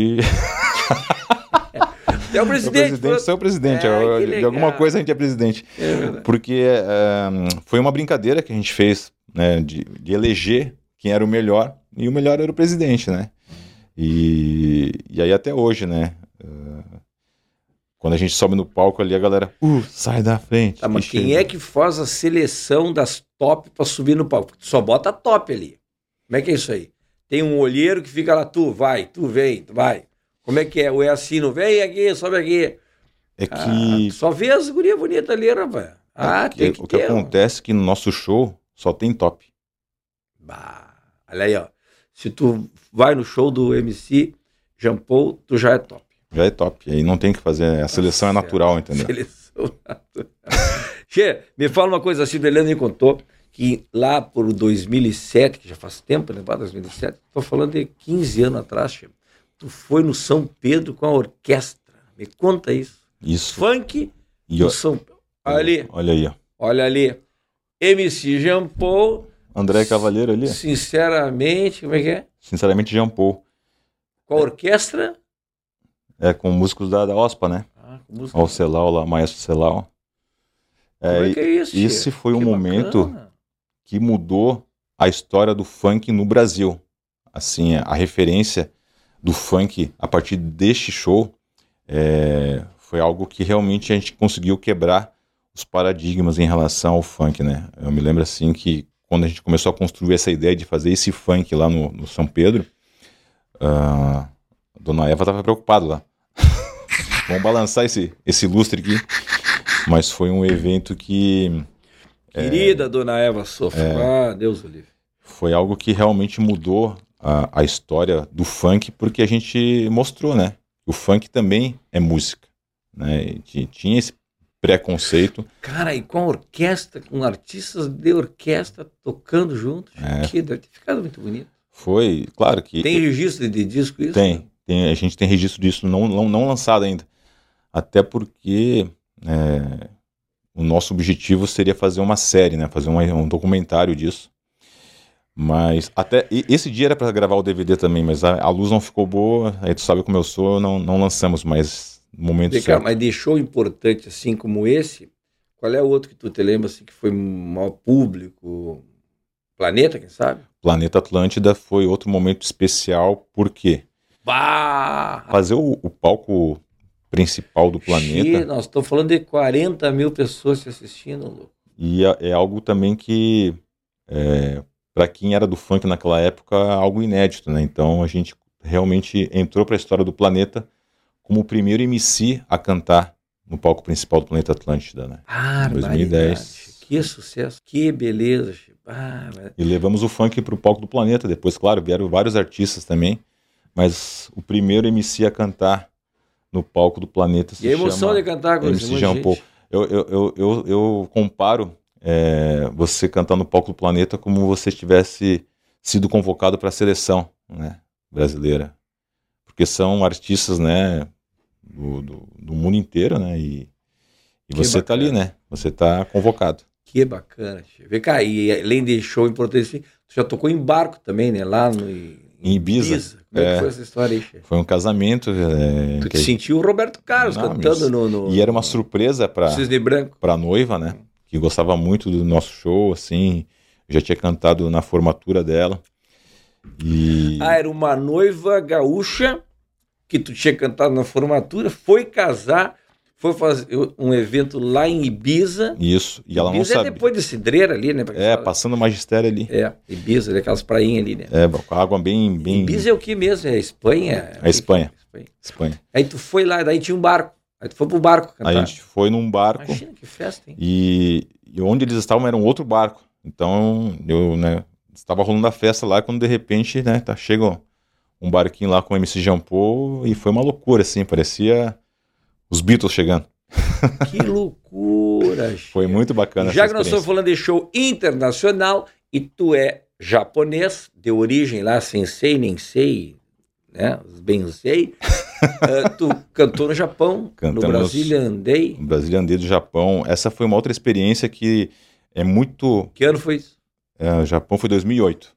é o presidente. Sou o presidente. De alguma coisa a gente é presidente. É verdade. Porque foi uma brincadeira que a gente fez, né? De eleger quem era o melhor, e o melhor era o presidente, né? E aí até hoje, né? Quando a gente sobe no palco ali, a galera, sai da frente. Tá, mas quem é que faz a seleção das top pra subir no palco? Tu só bota top ali. Como é que é isso aí? Tem um olheiro que fica lá, tu vem, tu vai. Como é que é? Ou é assim, não vem aqui, sobe aqui. É que... só vê as gurias bonitas ali, rapaz. Tem que o que acontece é que no nosso show só tem top. Olha aí, ó. Se tu vai no show do MC Jean Paul, tu já é top. Já é top. Aí não tem que fazer. A seleção é natural, entendeu? Seleção natural. Che, me fala uma coisa assim, o Eliane me contou que lá por 2007, que já faz tempo, né? 2007, tô falando de 15 anos atrás, Che, tu foi no São Pedro com a orquestra. Me conta isso. Isso. Funk no São Pedro. Olha aí, ó. Olha ali. MC Jean Paul. André Cavalheiro ali. Sinceramente, como é que é? Sinceramente, Jean Paul. Com a orquestra? Com músicos da OSPA, né? Com música. Ao Celal, lá, Maestro Celal. Como é que é isso, esse foi um momento que mudou a história do funk no Brasil. Assim, a referência do funk a partir deste show foi algo que realmente a gente conseguiu quebrar os paradigmas em relação ao funk, né? Eu me lembro assim que quando a gente começou a construir essa ideia de fazer esse funk lá no São Pedro, a Dona Eva estava preocupada lá. Vamos balançar esse lustre aqui. Mas foi um evento que... Querida Dona Eva Sofá, Deus o livre. Foi algo que realmente mudou a história do funk, porque a gente mostrou, né? O funk também é música, né? Tinha esse preconceito. Cara, e com a orquestra, com artistas de orquestra tocando juntos, que deve ter ficado muito bonito. Foi, claro que... Tem registro de disco isso? Tem, a gente tem registro disso, não lançado ainda. Até porque o nosso objetivo seria fazer uma série, né? Fazer um documentário disso. Mas até esse dia era para gravar o DVD também, mas a luz não ficou boa, aí tu sabe como eu sou, não lançamos mais no momento certo. Mas deixou importante assim como esse, qual é o outro que tu te lembra assim, que foi maior público? Planeta, quem sabe? Planeta Atlântida foi outro momento especial, por quê? Bah! Fazer o palco principal do Planeta... Nós estamos falando de 40 mil pessoas te assistindo, louco. E é algo também que... para quem era do funk naquela época, algo inédito, né? Então a gente realmente entrou para a história do Planeta como o primeiro MC a cantar no palco principal do Planeta Atlântida, né? Em 2010. Que sucesso, que beleza. E levamos o funk para o palco do Planeta. Depois, claro, vieram vários artistas também, mas o primeiro MC a cantar no palco do Planeta se chama... E a emoção de cantar com MC Jean Paul. Eu comparo você cantar no palco do Planeta como você tivesse sido convocado para a seleção, né, brasileira, porque são artistas, né, do mundo inteiro, né, e você está ali, né, você está convocado. Que bacana, vem cá, e além de show importante, tu já tocou em barco também, né, lá em Ibiza. Como é que foi essa história aí, chefe? Foi um casamento. Tu te sentiu o Roberto Carlos cantando no... E era uma surpresa para a noiva, né? Que gostava muito do nosso show, assim, já tinha cantado na formatura dela. Era uma noiva gaúcha que tu tinha cantado na formatura, foi casar, foi fazer um evento lá em Ibiza. Isso, e ela Ibiza não sabia. É depois de Cidreira ali, né? Passando o magistério ali. Ibiza, aquelas prainhas ali, né? Com a água bem... Ibiza é o que mesmo? É Espanha? É Espanha. Aí tu foi lá, daí tinha um barco. Aí tu foi pro barco cantar. Aí a gente foi num barco. Imagina que festa, hein? E onde eles estavam era um outro barco. Então, eu, né, estava rolando a festa lá, quando de repente, né, chega um barquinho lá com o MC Jean Paul, e foi uma loucura, assim, parecia os Beatles chegando. Que loucura! Foi muito bacana. Já que nós estamos falando de show internacional, e tu é japonês, de origem lá, sensei, nem sei, né, bem sei... tu cantou no Japão, Cantamos no Brazilian Day. No Brazilian Day do Japão. Essa foi uma outra experiência que é muito... Que ano foi isso? O Japão foi 2008.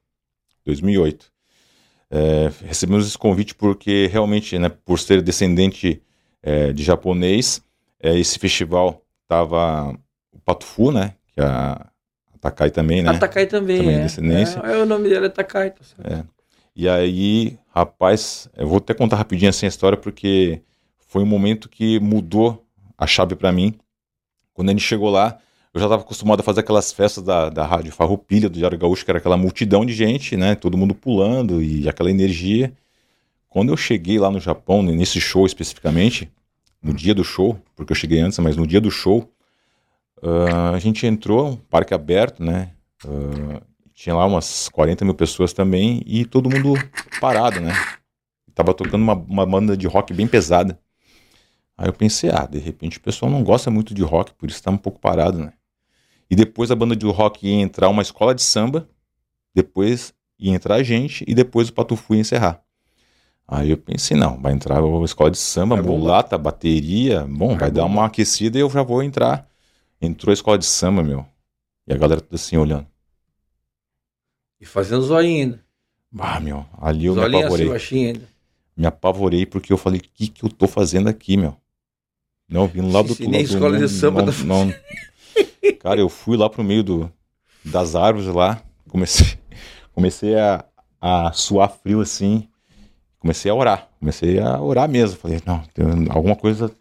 Recebemos esse convite porque realmente, né, por ser descendente de japonês, esse festival tava o Patufu, né, que é a Takai também, né? A Takai também é descendência. O nome dela é Takai, tá certo. E aí, rapaz, eu vou até contar rapidinho assim a história, porque foi um momento que mudou a chave para mim. Quando a gente chegou lá, eu já estava acostumado a fazer aquelas festas da Rádio Farroupilha, do Diário Gaúcho, que era aquela multidão de gente, né? Todo mundo pulando e aquela energia. Quando eu cheguei lá no Japão, nesse show especificamente, no dia do show, porque eu cheguei antes, mas no dia do show, a gente entrou, um parque aberto, né? Tinha lá umas 40 mil pessoas também, e todo mundo parado, né? Tava tocando uma banda de rock bem pesada. Aí eu pensei, de repente o pessoal não gosta muito de rock, por isso tá um pouco parado, né? E depois a banda de rock ia entrar uma escola de samba, depois ia entrar a gente, e depois o Patufu ia encerrar. Aí eu pensei, não, vai entrar a escola de samba, mulata, bateria, vai dar uma aquecida e eu já vou entrar. Entrou a escola de samba, meu. E a galera tudo assim, olhando. E fazendo zoinho ainda. Meu, ali eu me apavorei. Ainda. Me apavorei porque eu falei, o que eu tô fazendo aqui, meu? Não, vindo lá do outro lado. Escola de samba não. Cara, eu fui lá pro meio das árvores lá, comecei a suar frio assim, comecei a orar mesmo. Falei, não, alguma coisa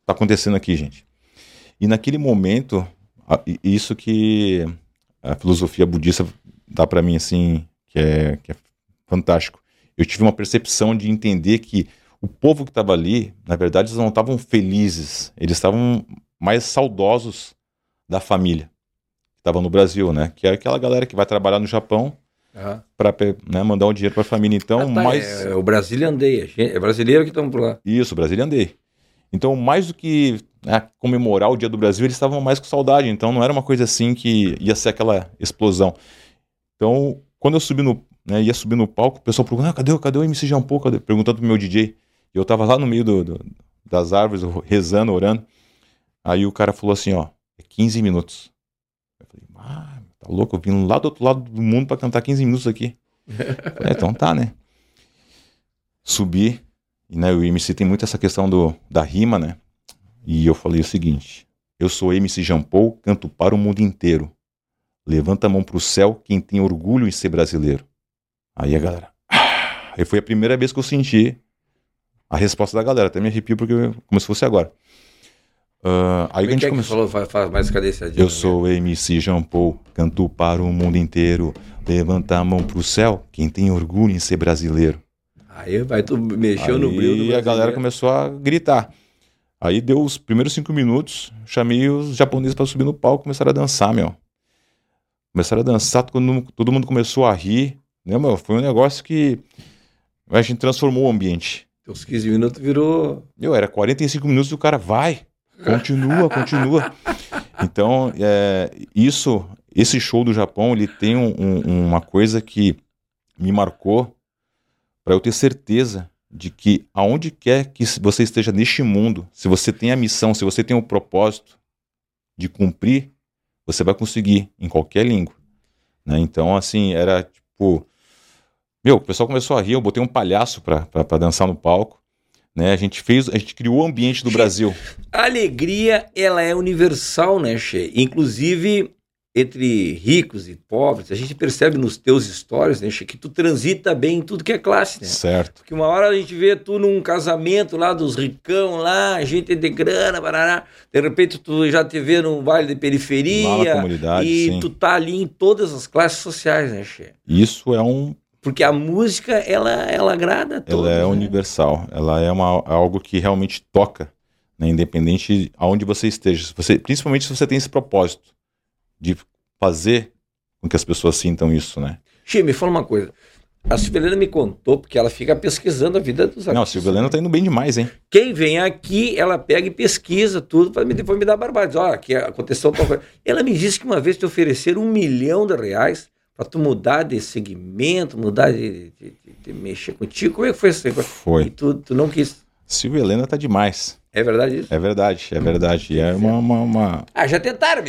está acontecendo aqui, gente? E naquele momento, isso que a filosofia budista dá para mim, assim, que é fantástico. Eu tive uma percepção de entender que o povo que estava ali, na verdade, eles não estavam felizes, eles estavam mais saudosos da família que estava no Brasil, né? Que é aquela galera que vai trabalhar no Japão para, né, mandar um dinheiro para a família. Então, é o Brazilian Day, é brasileiro que estão por lá. Isso, Brazilian Day. Então, mais do que comemorar o Dia do Brasil, eles estavam mais com saudade. Então, não era uma coisa assim que ia ser aquela explosão. Então, quando eu ia subir no palco, o pessoal perguntando, cadê o MC Jean Paul? Perguntando pro meu DJ. E eu tava lá no meio das árvores, rezando, orando. Aí o cara falou assim, ó, é 15 minutos. Eu falei, tá louco? Eu vim lá do outro lado do mundo pra cantar 15 minutos aqui. Falei, então tá, né? Subi, e né, o MC tem muito essa questão da rima, né? E eu falei o seguinte, eu sou MC Jean Paul, canto para o mundo inteiro. Levanta a mão pro céu quem tem orgulho em ser brasileiro. Aí a galera... Aí foi a primeira vez que eu senti a resposta da galera. Até me arrepio porque como se fosse agora. Aí a gente começou... Faz mais cadência. Eu sou MC Jean Paul, canto para o mundo inteiro. Levanta a mão pro céu quem tem orgulho em ser brasileiro. Aí vai tu mexeu no brilho do brasileiro. E a galera começou a gritar. Aí deu os primeiros 5 minutos, chamei os japoneses para subir no palco e começaram a dançar, meu. Começaram a dançar, todo mundo começou a rir, né, meu? Foi um negócio que a gente transformou o ambiente. Os 15 minutos virou... Era 45 minutos e o cara vai, continua. Então, esse show do Japão, ele tem uma coisa que me marcou para eu ter certeza de que aonde quer que você esteja neste mundo, se você tem a missão, se você tem o propósito de cumprir, você vai conseguir em qualquer língua, né? Então, assim, era tipo... o pessoal começou a rir, eu botei um palhaço pra dançar no palco, né? A gente criou o ambiente do Brasil. A alegria, ela é universal, né, Che? Inclusive, entre ricos e pobres, a gente percebe nos teus stories, né, Che, que tu transita bem em tudo que é classe, né? Certo. Porque uma hora a gente vê tu num casamento lá dos ricão lá, gente de grana, barará. De repente tu já te vê num baile de periferia. Lá na comunidade, e sim. Tu tá ali em todas as classes sociais, né, Che? Isso Porque a música, ela agrada a todos. Ela é né? universal, ela é algo que realmente toca, né, independente de aonde você esteja. Principalmente se você tem esse propósito de fazer com que as pessoas sintam isso, né? Che, me fala uma coisa. A Silvelena me contou, porque ela fica pesquisando a vida dos artistas. Não, a Silvelena tá indo bem demais, hein? Quem vem aqui, ela pega e pesquisa tudo, para depois me dar barbada. Diz, aqui aconteceu tal coisa. Ela me disse que uma vez te ofereceram R$1 milhão para tu mudar de segmento, mudar de mexer contigo. Como é que foi isso? Foi. E tu não quis. Silvelena tá demais. É verdade isso? É verdade. E é uma... já tentaram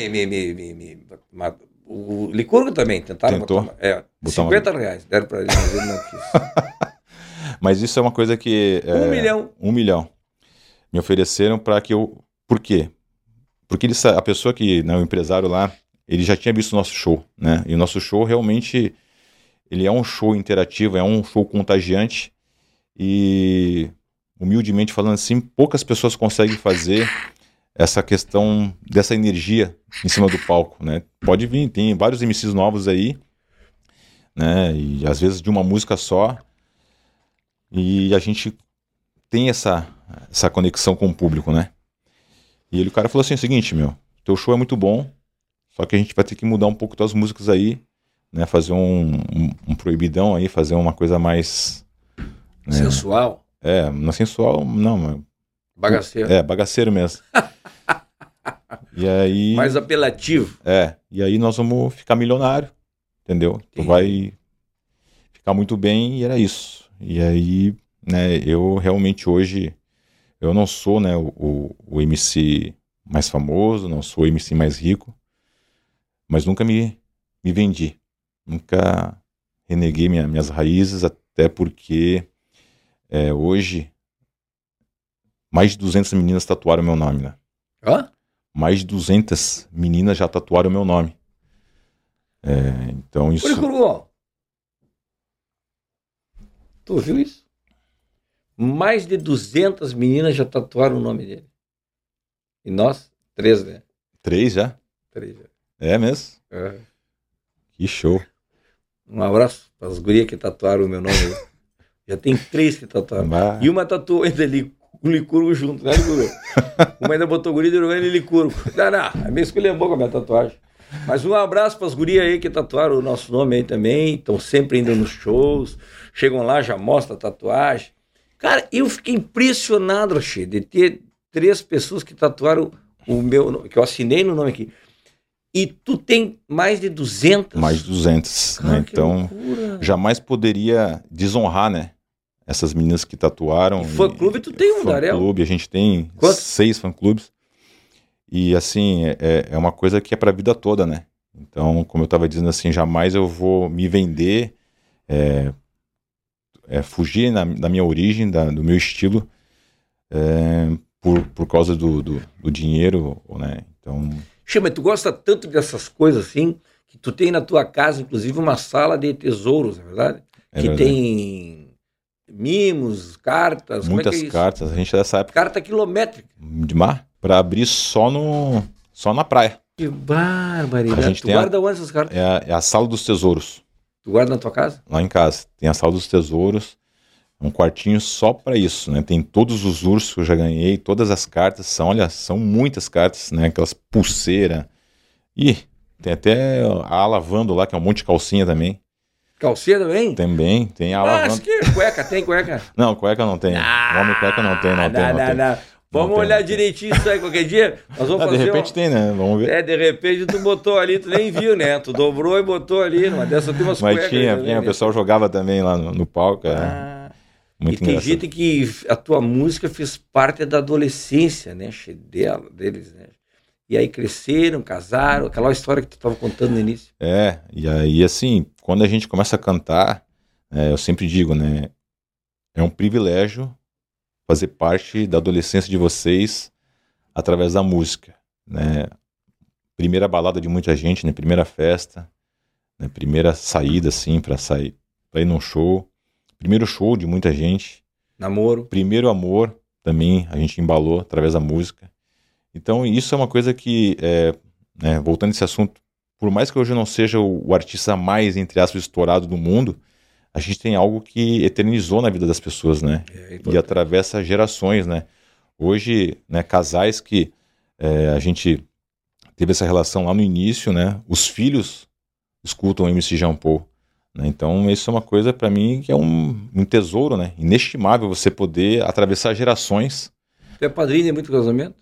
o Licurgo também tentaram. Tentou? R$50 deram para ele, mas ele não quis. Mas isso é uma coisa que... R$1 milhão. R$1 milhão. Me ofereceram para que eu... Por quê? Porque a pessoa que, né, o empresário lá, ele já tinha visto o nosso show, né? E o nosso show realmente, ele é um show interativo, é um show contagiante. E, humildemente falando assim, poucas pessoas conseguem fazer essa questão dessa energia em cima do palco, né? Pode vir, tem vários MCs novos aí, né? E às vezes de uma música só. E a gente tem essa conexão com o público, né? E o cara falou assim, o seguinte, teu show é muito bom, só que a gente vai ter que mudar um pouco tuas músicas aí, né? Fazer um proibidão aí, fazer uma coisa mais... Né? Sensual? Não é sensual, não. Bagaceiro. Bagaceiro mesmo. E aí... Mais apelativo. E aí nós vamos ficar milionário, entendeu? Tu vai ficar muito bem e era isso. E aí, né, eu realmente hoje, eu não sou, né, o MC mais famoso, não sou o MC mais rico, mas nunca me vendi. Nunca reneguei minhas raízes, até porque hoje mais de 200 meninas tatuaram meu nome, né? Mais de 200 meninas já tatuaram meu nome. Então isso... Tu ouviu isso? Mais de 200 meninas já tatuaram o nome dele. E nós? 3, né? 3 já? 3 já. É mesmo? É. Que show. Um abraço para as gurias que tatuaram o meu nome aí. Já tem 3 que tatuaram. Bah. E uma tatuou ainda ali com Licurgo junto, né, Guru? Uma ainda botou guri de Uruguai e Licurgo. Não, é meio esculhambou com a minha tatuagem. Mas um abraço para as gurias aí que tatuaram o nosso nome aí também. Estão sempre indo nos shows. Chegam lá, já mostram a tatuagem. Cara, eu fiquei impressionado, Rocher, de ter 3 pessoas que tatuaram o meu nome, que eu assinei no nome aqui. E tu tem mais de 200. Mais de 200, Cara, né? que Então, loucura. jamais poderia desonrar, né? Essas meninas que tatuaram. E fã-clube tu tem um, Darel? Fã-clube, a gente tem Quantos? 6 fã-clubes. E, assim, é uma coisa que é pra vida toda, né? Então, como eu tava dizendo assim, jamais eu vou me vender, fugir da minha origem, do meu estilo, por causa do dinheiro, né? Então... Chama, tu gosta tanto dessas coisas assim, que tu tem na tua casa, inclusive, uma sala de tesouros, não é verdade? É que verdade. Tem mimos, cartas. Muitas como é que é isso? cartas, a gente é dessa época Carta quilométrica. de mar, pra abrir só na praia. Que barbaridade. A gente Tu tem guarda onde essas cartas? É a sala dos tesouros, Tu guarda na tua casa? lá em casa. Tem a sala dos tesouros, um quartinho só pra isso, né? Tem todos os ursos que eu já ganhei, todas as cartas, são muitas cartas, né? Aquelas pulseiras. E tem até a lavando lá, que é um monte de calcinha também. Calcinha também? Também, tem a Ah, lavando. acho que cueca, tem cueca. Não, cueca não tem. Homem cueca não tem. Vamos olhar direitinho isso aí qualquer dia. Nós vamos De fazer repente tem, né? Vamos ver. de repente tu botou ali, tu nem viu, né? Tu dobrou e botou ali. Numa dessa tem umas Mas cuecas. tinha, também, o né? pessoal jogava também lá no palco. E Muito tem engraçado. gente que a tua música fez parte da adolescência, né? Deles, né? E aí cresceram, casaram, aquela história que tu estava contando no início. E aí assim, quando a gente começa a cantar, eu sempre digo, né? É um privilégio fazer parte da adolescência de vocês através da música, né? Primeira balada de muita gente, né? Primeira festa, né? Primeira saída, assim, pra ir num show. Primeiro show de muita gente. Namoro. Primeiro amor também a gente embalou através da música. Então isso é uma coisa que, né, voltando a esse assunto, por mais que hoje eu não seja o artista mais, entre aspas, estourado do mundo, a gente tem algo que eternizou na vida das pessoas, né? E atravessa gerações, né? Hoje, né, casais que a gente teve essa relação lá no início, né? Os filhos escutam o MC Jean Paul. Né? Então isso é uma coisa para mim que é um tesouro, né? Inestimável você poder atravessar gerações. Tu é padrinho de muito casamento?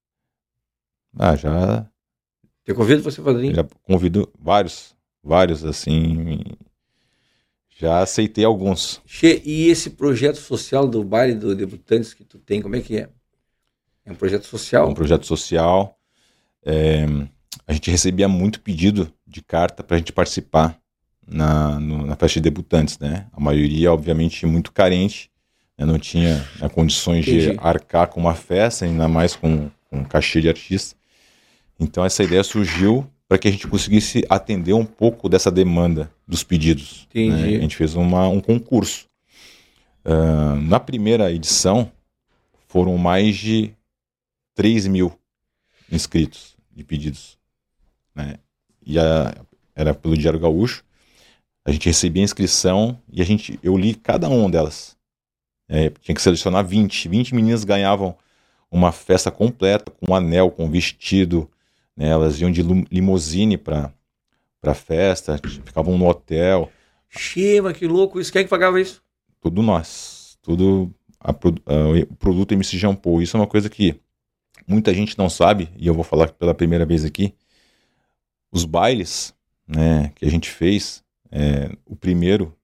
Já Eu convido você padrinho. já convido vários assim, já aceitei alguns. E esse projeto social do baile dos debutantes que tu tem, como é que é? É um projeto social? É um projeto social. A gente recebia muito pedido de carta para a gente participar na festa de debutantes, né? A maioria, obviamente, muito carente, né? Não tinha, né, condições de arcar com uma festa, ainda mais com um cachê de artista. Então essa ideia surgiu para que a gente conseguisse atender um pouco dessa demanda dos pedidos. Entendi. Né? A gente fez um concurso. Na primeira edição, foram mais de 3 mil inscritos de pedidos. Né? E era pelo Diário Gaúcho. A gente recebia a inscrição e eu li cada uma delas. Tinha que selecionar 20. 20 meninas ganhavam uma festa completa, com anel, com vestido. Né? Elas iam de limousine para festa, ficavam no hotel. Chema, que louco isso. Quem é que pagava isso? Tudo nós. Tudo o produto MC Jean Paul. Isso é uma coisa que muita gente não sabe, e eu vou falar pela primeira vez aqui. Os bailes, né, que a gente fez, o primeiro,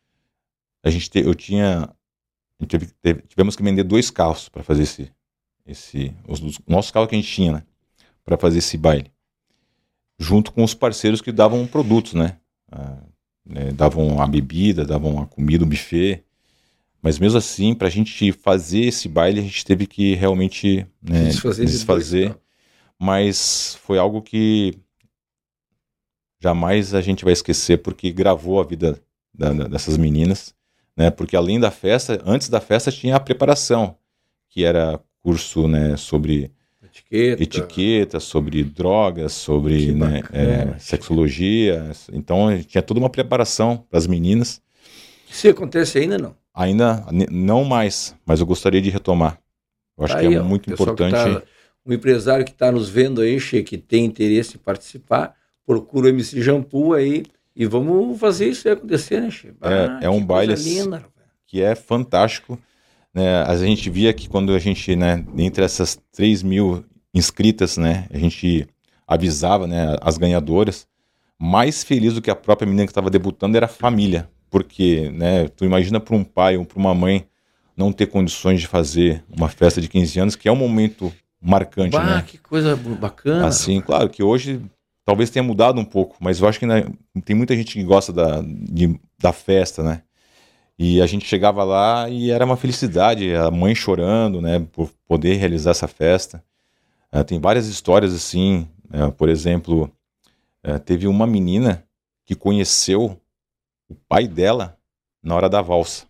tivemos que vender 2 carros para fazer os nossos carros que a gente tinha, né, para fazer esse baile, junto com os parceiros que davam produtos, né, davam a bebida, davam a comida, o buffet. Mas mesmo assim, para a gente fazer esse baile, a gente teve que realmente, né, desfazer. Mas foi algo que jamais a gente vai esquecer, porque gravou a vida dessas meninas, né? Porque além da festa, antes da festa tinha a preparação, que era curso, né, sobre etiqueta, sobre drogas, sobre né, sexologia. Então tinha toda uma preparação para as meninas. Isso acontece ainda não? Ainda não mais, mas eu gostaria de retomar. Eu acho que é muito importante. Um empresário que está nos vendo aí, que tem interesse em participar, procura o MC Shampoo aí e vamos fazer isso aí acontecer, né, Che? É um baile linda, que é fantástico. Né? A gente via que quando a gente, né, entre essas 3.000 inscritas, né, a gente avisava, né, as ganhadoras, mais feliz do que a própria menina que estava debutando era a família, porque, né, tu imagina para um pai ou para uma mãe não ter condições de fazer uma festa de 15 anos, que é um momento marcante, né? Que coisa bacana. Assim, claro que hoje talvez tenha mudado um pouco, mas eu acho que tem muita gente que gosta da festa, né? E a gente chegava lá e era uma felicidade, a mãe chorando, né, por poder realizar essa festa. Tem várias histórias assim, por exemplo, teve uma menina que conheceu o pai dela na hora da valsa.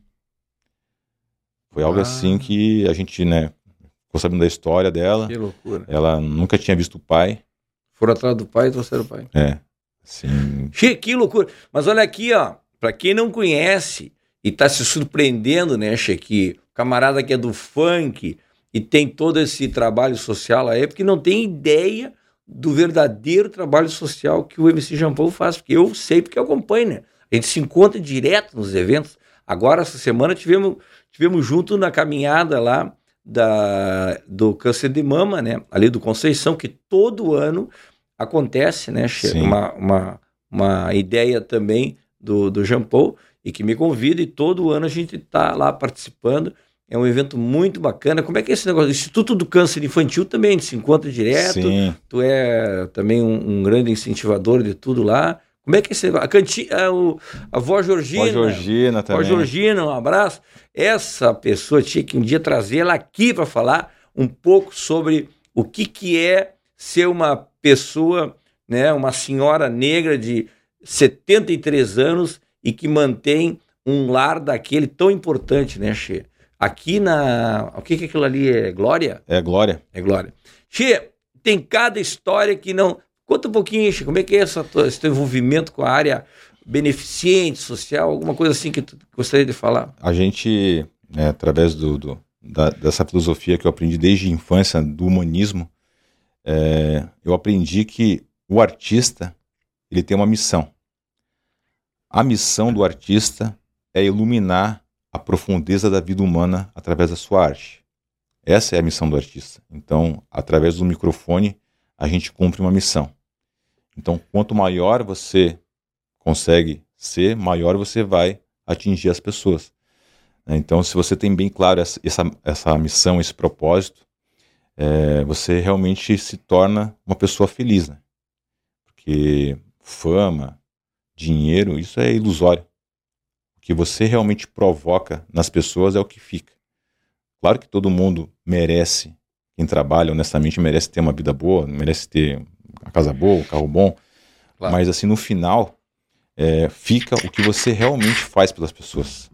Foi algo assim que a gente, né, ficou sabendo da história dela. Que loucura. Ela nunca tinha visto o pai. Foram atrás do pai e trouxeram o pai. Sim. Que loucura. Mas olha aqui, ó, para quem não conhece e tá se surpreendendo, né, que o camarada que é do funk e tem todo esse trabalho social aí, porque não tem ideia do verdadeiro trabalho social que o MC Shampoo faz, porque eu sei, porque eu acompanho, né? A gente se encontra direto nos eventos. Agora, essa semana, tivemos junto na caminhada lá do câncer de mama, né? Ali do Conceição, que todo ano acontece, né? Uma ideia também do Shampoo, e que me convida, e todo ano a gente está lá participando. É um evento muito bacana. Como é que é esse negócio? O Instituto do Câncer Infantil também, a gente se encontra direto. Sim. Tu é também um grande incentivador de tudo lá. Como é que é esse negócio? A Vó Georgina. Vó Georgina também. Vó Georgina, um abraço. Essa pessoa tinha que um dia trazer ela aqui para falar um pouco sobre o que é ser uma pessoa, né, uma senhora negra de 73 anos e que mantém um lar daquele tão importante, né, Che? Aqui o que é aquilo ali? É Glória? É Glória. É Glória. Che, tem cada história que não... Conta um pouquinho, Che, como é que é esse teu envolvimento com a área beneficente, social, alguma coisa assim que tu gostaria de falar? A gente, através dessa filosofia que eu aprendi desde a infância, do humanismo, eu aprendi que o artista, ele tem uma missão. A missão do artista é iluminar a profundeza da vida humana através da sua arte. Essa é a missão do artista. Então, através do microfone, a gente cumpre uma missão. Então, quanto maior você consegue ser, maior você vai atingir as pessoas. Então, se você tem bem claro essa missão, esse propósito, você realmente se torna uma pessoa feliz, né? Porque fama, dinheiro, isso é ilusório. O que você realmente provoca nas pessoas é o que fica. Claro que todo mundo merece, quem trabalha honestamente merece ter uma vida boa, merece ter uma casa boa, um carro bom, claro. Mas assim, no final, fica o que você realmente faz pelas pessoas.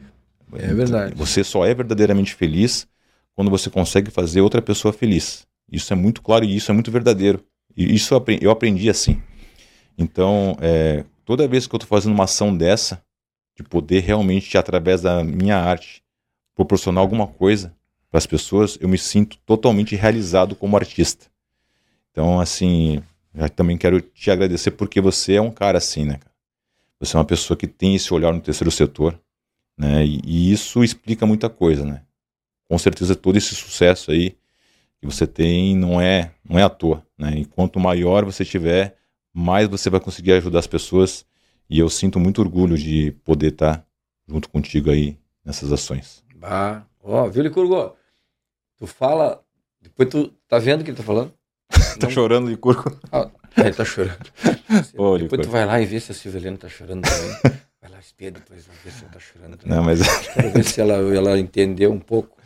É verdade. Você só é verdadeiramente feliz quando você consegue fazer outra pessoa feliz. Isso é muito claro e isso é muito verdadeiro. E isso eu aprendi assim. Então, toda vez que eu estou fazendo uma ação dessa, de poder realmente, através da minha arte, proporcionar alguma coisa para as pessoas, eu me sinto totalmente realizado como artista. Então, assim, eu também quero te agradecer porque você é um cara assim, né, cara? Você é uma pessoa que tem esse olhar no terceiro setor, né? E isso explica muita coisa, né? Com certeza todo esse sucesso aí que você tem não é à toa, né? E quanto maior você tiver, mais você vai conseguir ajudar as pessoas. E eu sinto muito orgulho de poder estar junto contigo aí nessas ações. Viu, Licurgo? Tu fala, depois tu tá vendo o que ele tá falando? Tá chorando, Licurgo? Ele tá chorando. Depois Licurgo. Tu vai lá e vê se a Silvelena tá chorando também. Vai lá, espia depois, vai ver se ela tá chorando também. Não, mas... Quero ver se ela entendeu um pouco.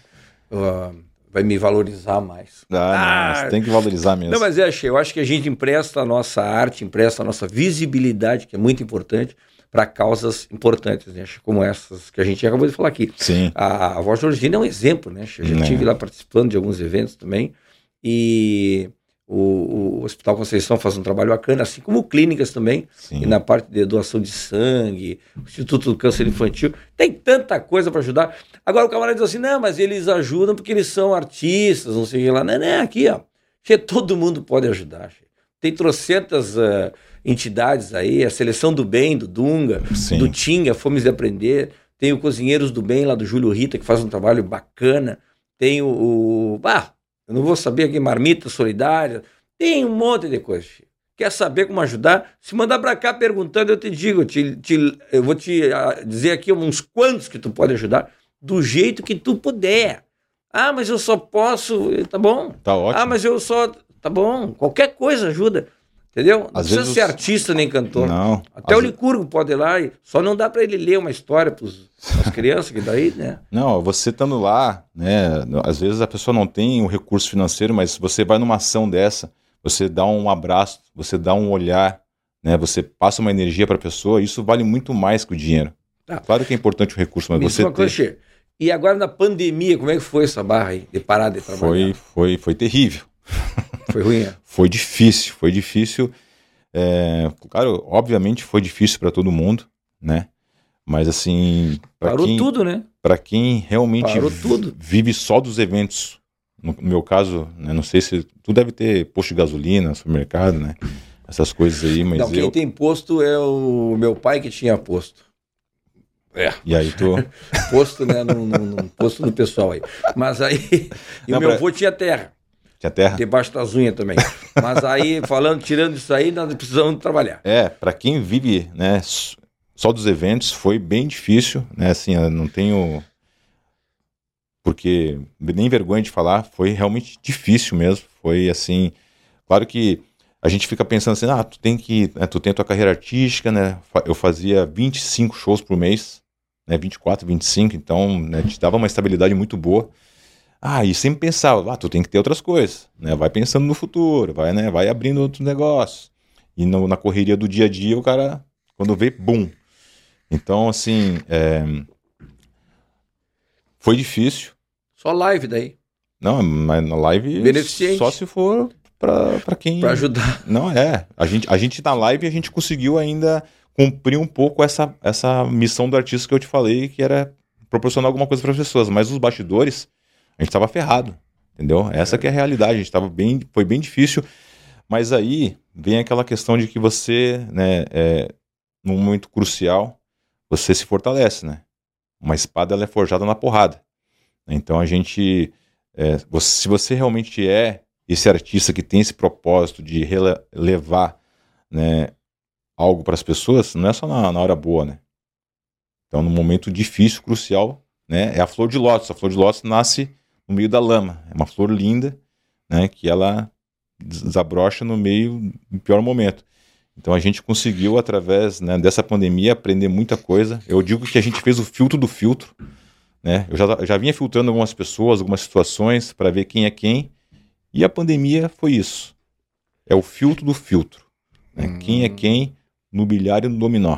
Vai me valorizar mais. Não, você tem que valorizar mesmo. Não, mas eu acho que a gente empresta a nossa arte, empresta a nossa visibilidade, que é muito importante, para causas importantes, né? Como essas que a gente acabou de falar aqui. Sim. A Vó Georgina é um exemplo, né? Eu já estive lá participando de alguns eventos também, E o Hospital Conceição faz um trabalho bacana, assim como clínicas também, Sim. e na parte de doação de sangue, o Instituto do Câncer Infantil, tem tanta coisa para ajudar. Agora o camarada diz assim, não, mas eles ajudam porque eles são artistas, não sei o que lá. Não, não, aqui, ó, todo mundo pode ajudar. Tem trocentas entidades aí, a Seleção do Bem, do Dunga, Sim. do Tinga, Fomes de Aprender, tem o Cozinheiros do Bem, lá do Júlio Rita, que faz um trabalho bacana, tem eu não vou saber aqui, Marmita Solidária, tem um monte de coisa. Quer saber como ajudar? Se mandar pra cá perguntando, eu te digo, eu vou te dizer aqui uns quantos que tu pode ajudar, do jeito que tu puder. Ah, mas eu só posso, tá bom. Tá ótimo. Ah, mas eu só, tá bom, qualquer coisa ajuda. Entendeu? Não Às precisa vezes ser artista nem cantor. Não. Até o Licurgo pode ir lá, só não dá para ele ler uma história para as crianças, que daí, né? Não, você estando lá, né? Às vezes a pessoa não tem um recurso financeiro, mas você vai numa ação dessa, você dá um abraço, você dá um olhar, né? Você passa uma energia para a pessoa, isso vale muito mais que o dinheiro. Tá. Claro que é importante o recurso, mas Me você diz uma coisa, Che, e agora na pandemia, como é que foi essa barra aí de parar de trabalhar? Foi terrível. Foi ruim, é? Foi difícil. Claro, obviamente foi difícil para todo mundo, né? Mas assim, Parou tudo, né? Para quem realmente Parou tudo. vive só dos eventos, no meu caso, né, não sei se tu deve ter posto de gasolina, supermercado, né? Essas coisas aí, mas não, quem tem posto é o meu pai que tinha posto. E aí tu posto, né? Num posto do pessoal aí. Mas aí e Não, o meu avô tinha terra. Tinha terra? Debaixo das unhas também. Mas aí, tirando isso aí, nós precisamos trabalhar. Para quem vive, né, só dos eventos, foi bem difícil, né, assim, eu não tenho, porque, nem vergonha de falar, foi realmente difícil mesmo, foi assim, claro que a gente fica pensando assim, tu tem a tua carreira artística, né, eu fazia 25 shows por mês, né, 24, 25, então, né, te dava uma estabilidade muito boa. E sempre pensava, tu tem que ter outras coisas, né? Vai pensando no futuro, vai abrindo outros negócios. E na correria do dia a dia, o cara, quando vê, bum. Então, assim, foi difícil. Só live daí. Não, mas na live, beneficente. Só se for para quem... Para ajudar. Não, a gente na live, a gente conseguiu ainda cumprir um pouco essa missão do artista que eu te falei, que era proporcionar alguma coisa para as pessoas. Mas os bastidores... A gente estava ferrado, entendeu? Essa que é a realidade, a gente foi bem difícil, mas aí vem aquela questão de que você, né, num momento crucial, você se fortalece, né? Uma espada, ela é forjada na porrada. Então a gente, se você realmente é esse artista que tem esse propósito de levar, né, algo para as pessoas, não é só na hora boa, né? Então no momento difícil, crucial, né, é a flor de lótus. A flor de lótus nasce no meio da lama. É uma flor linda, né, que ela desabrocha no meio do pior momento. Então a gente conseguiu, através, né, dessa pandemia, aprender muita coisa. Eu digo que a gente fez o filtro do filtro, né? Eu já vinha filtrando algumas pessoas, algumas situações, para ver quem é quem, e a pandemia foi isso. É o filtro do filtro. Né? Quem é quem no bilhar e no dominó.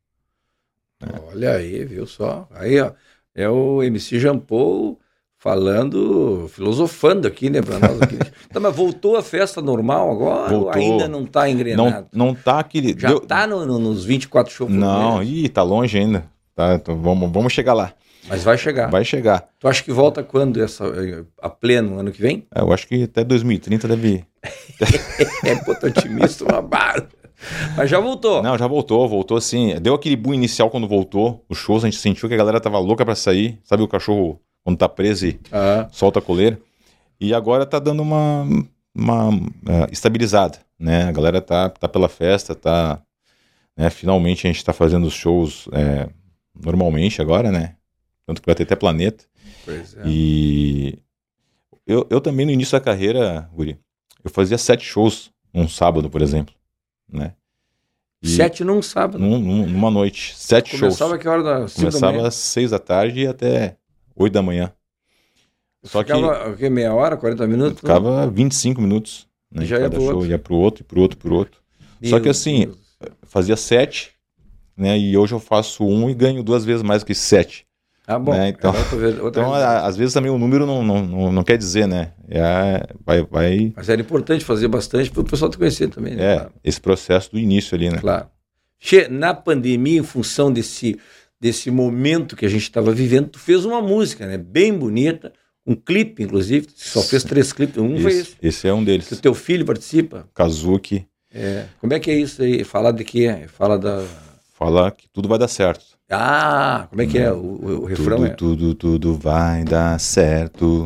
Olha aí, viu só? Aí, ó, é o MC Jean Paul falando, filosofando aqui, né, pra nós aqui. Então, mas voltou a festa normal agora? Voltou. Ou ainda não tá engrenado? Não tá aquele... Já tá nos 24 shows? Não, tá longe ainda. Tá, então vamos chegar lá. Mas vai chegar. Vai chegar. Tu acha que volta quando a pleno, ano que vem? Eu acho que até 2030 deve... Pô, tô otimista, uma barra. Mas já voltou. Não, já voltou sim. Deu aquele boom inicial quando voltou. Os shows, a gente sentiu que a galera tava louca pra sair. Sabe o cachorro quando tá preso e solta a coleira? E agora tá dando uma estabilizada, né? A galera tá pela festa, né? Finalmente a gente tá fazendo os shows normalmente agora, né? Tanto que vai ter até Planeta. Pois é. E eu também no início da carreira, Guri, eu fazia 7 shows num sábado, por exemplo, né? 7 num sábado? Numa noite, 7 shows. Começava que hora da 5 da manhã? Começava às 6 da tarde e até 8 da manhã. Só ficava o quê? Meia hora, 40 minutos? Ficava 25 minutos. Né? Já ia pro outro. Ia pro outro, e pro outro, pro outro. Só que assim, fazia 7, né? E hoje eu faço 1 e ganho 2 vezes mais que 7. Ah, bom. Né? Então, às vezes também o número não quer dizer, né? vai... Mas era importante fazer bastante para o pessoal te conhecer também, né? Claro. Esse processo do início ali, né? Claro. Na pandemia, em função desse momento que a gente estava vivendo, tu fez uma música, né? Bem bonita, um clipe, inclusive, tu só fez 3 clipes, foi esse. Esse é um deles. Que o teu filho participa. Kazuki. Como é que é isso aí? Fala de quê? Fala que tudo vai dar certo. Como é que é? O refrão tudo vai dar certo.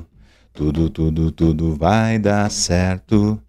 Tudo vai dar certo.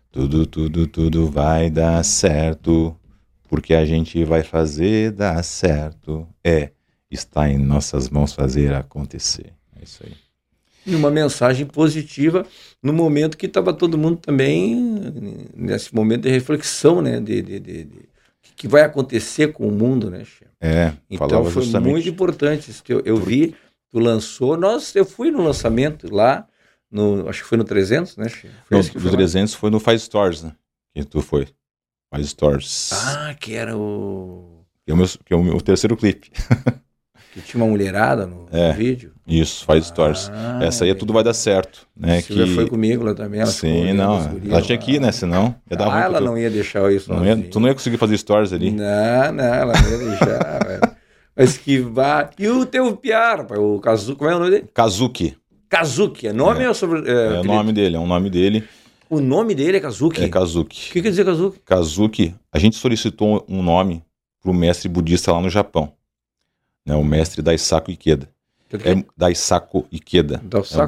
Tudo vai dar certo. Porque a gente vai fazer dar certo. Está em nossas mãos fazer acontecer. É isso aí. E uma mensagem positiva no momento que estava todo mundo também nesse momento de reflexão, né? De que vai acontecer com o mundo, né, Che? Então foi justamente... muito importante isso. Eu vi, tu lançou, eu fui no lançamento lá, acho que foi no 300, né, Che? No 300 foi no Five Stores, né? Que tu foi. Five Stores. Que era o... Que é o meu terceiro clipe. Que tinha uma mulherada no vídeo. Isso, Five Stores. Essa aí tudo vai dar certo. Né? Silvia foi comigo lá também. Ela ela tinha que ir, né? Senão ia dar ruim. Ela não ia deixar isso. Tu não ia conseguir fazer stories ali. Não, ela não ia deixar, velho. Mas que vá. E o teu piar, rapaz, o Kazuki, como é o nome dele? Kazuki. Kazuki, é nome ou sobre... É o nome dele, O nome dele é Kazuki? É Kazuki. O que quer dizer Kazuki? Kazuki, a gente solicitou um nome para o mestre budista lá no Japão. Né, o mestre Daisaku Ikeda. Daisaku Ikeda.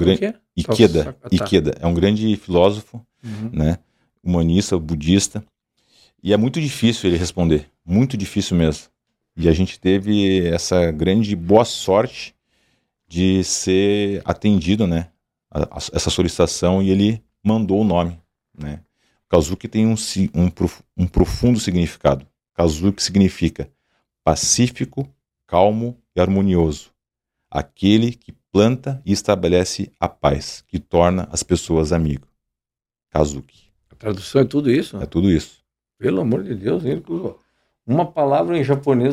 Ikeda. É um grande filósofo, né, humanista, budista. E é muito difícil ele responder. Muito difícil mesmo. E a gente teve essa grande boa sorte de ser atendido, né, essa solicitação, e ele mandou o nome, né. Kazuki tem um profundo significado. Kazuki significa pacífico, calmo e harmonioso. Aquele que planta e estabelece a paz, que torna as pessoas amigo. Kazuki. A tradução é tudo isso? É tudo isso. Pelo amor de Deus, uma palavra em japonês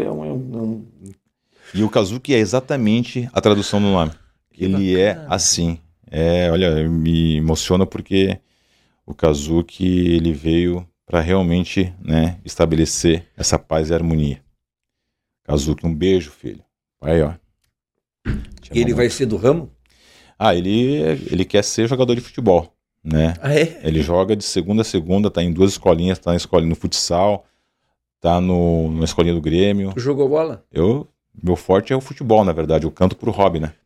E o Kazuki é exatamente a tradução do nome. Ele é assim. Olha, me emociona porque o Kazuki, ele veio para realmente, né, estabelecer essa paz e harmonia. Kazuki, um beijo, filho. Aí, ó. Ele vai ser do ramo? Ele quer ser jogador de futebol, né? Ele joga de segunda a segunda, tá em 2 escolinhas, tá na escolinha no futsal, tá numa escolinha do Grêmio. Tu jogou bola? Meu forte é o futebol, na verdade. Eu canto pro hobby, né?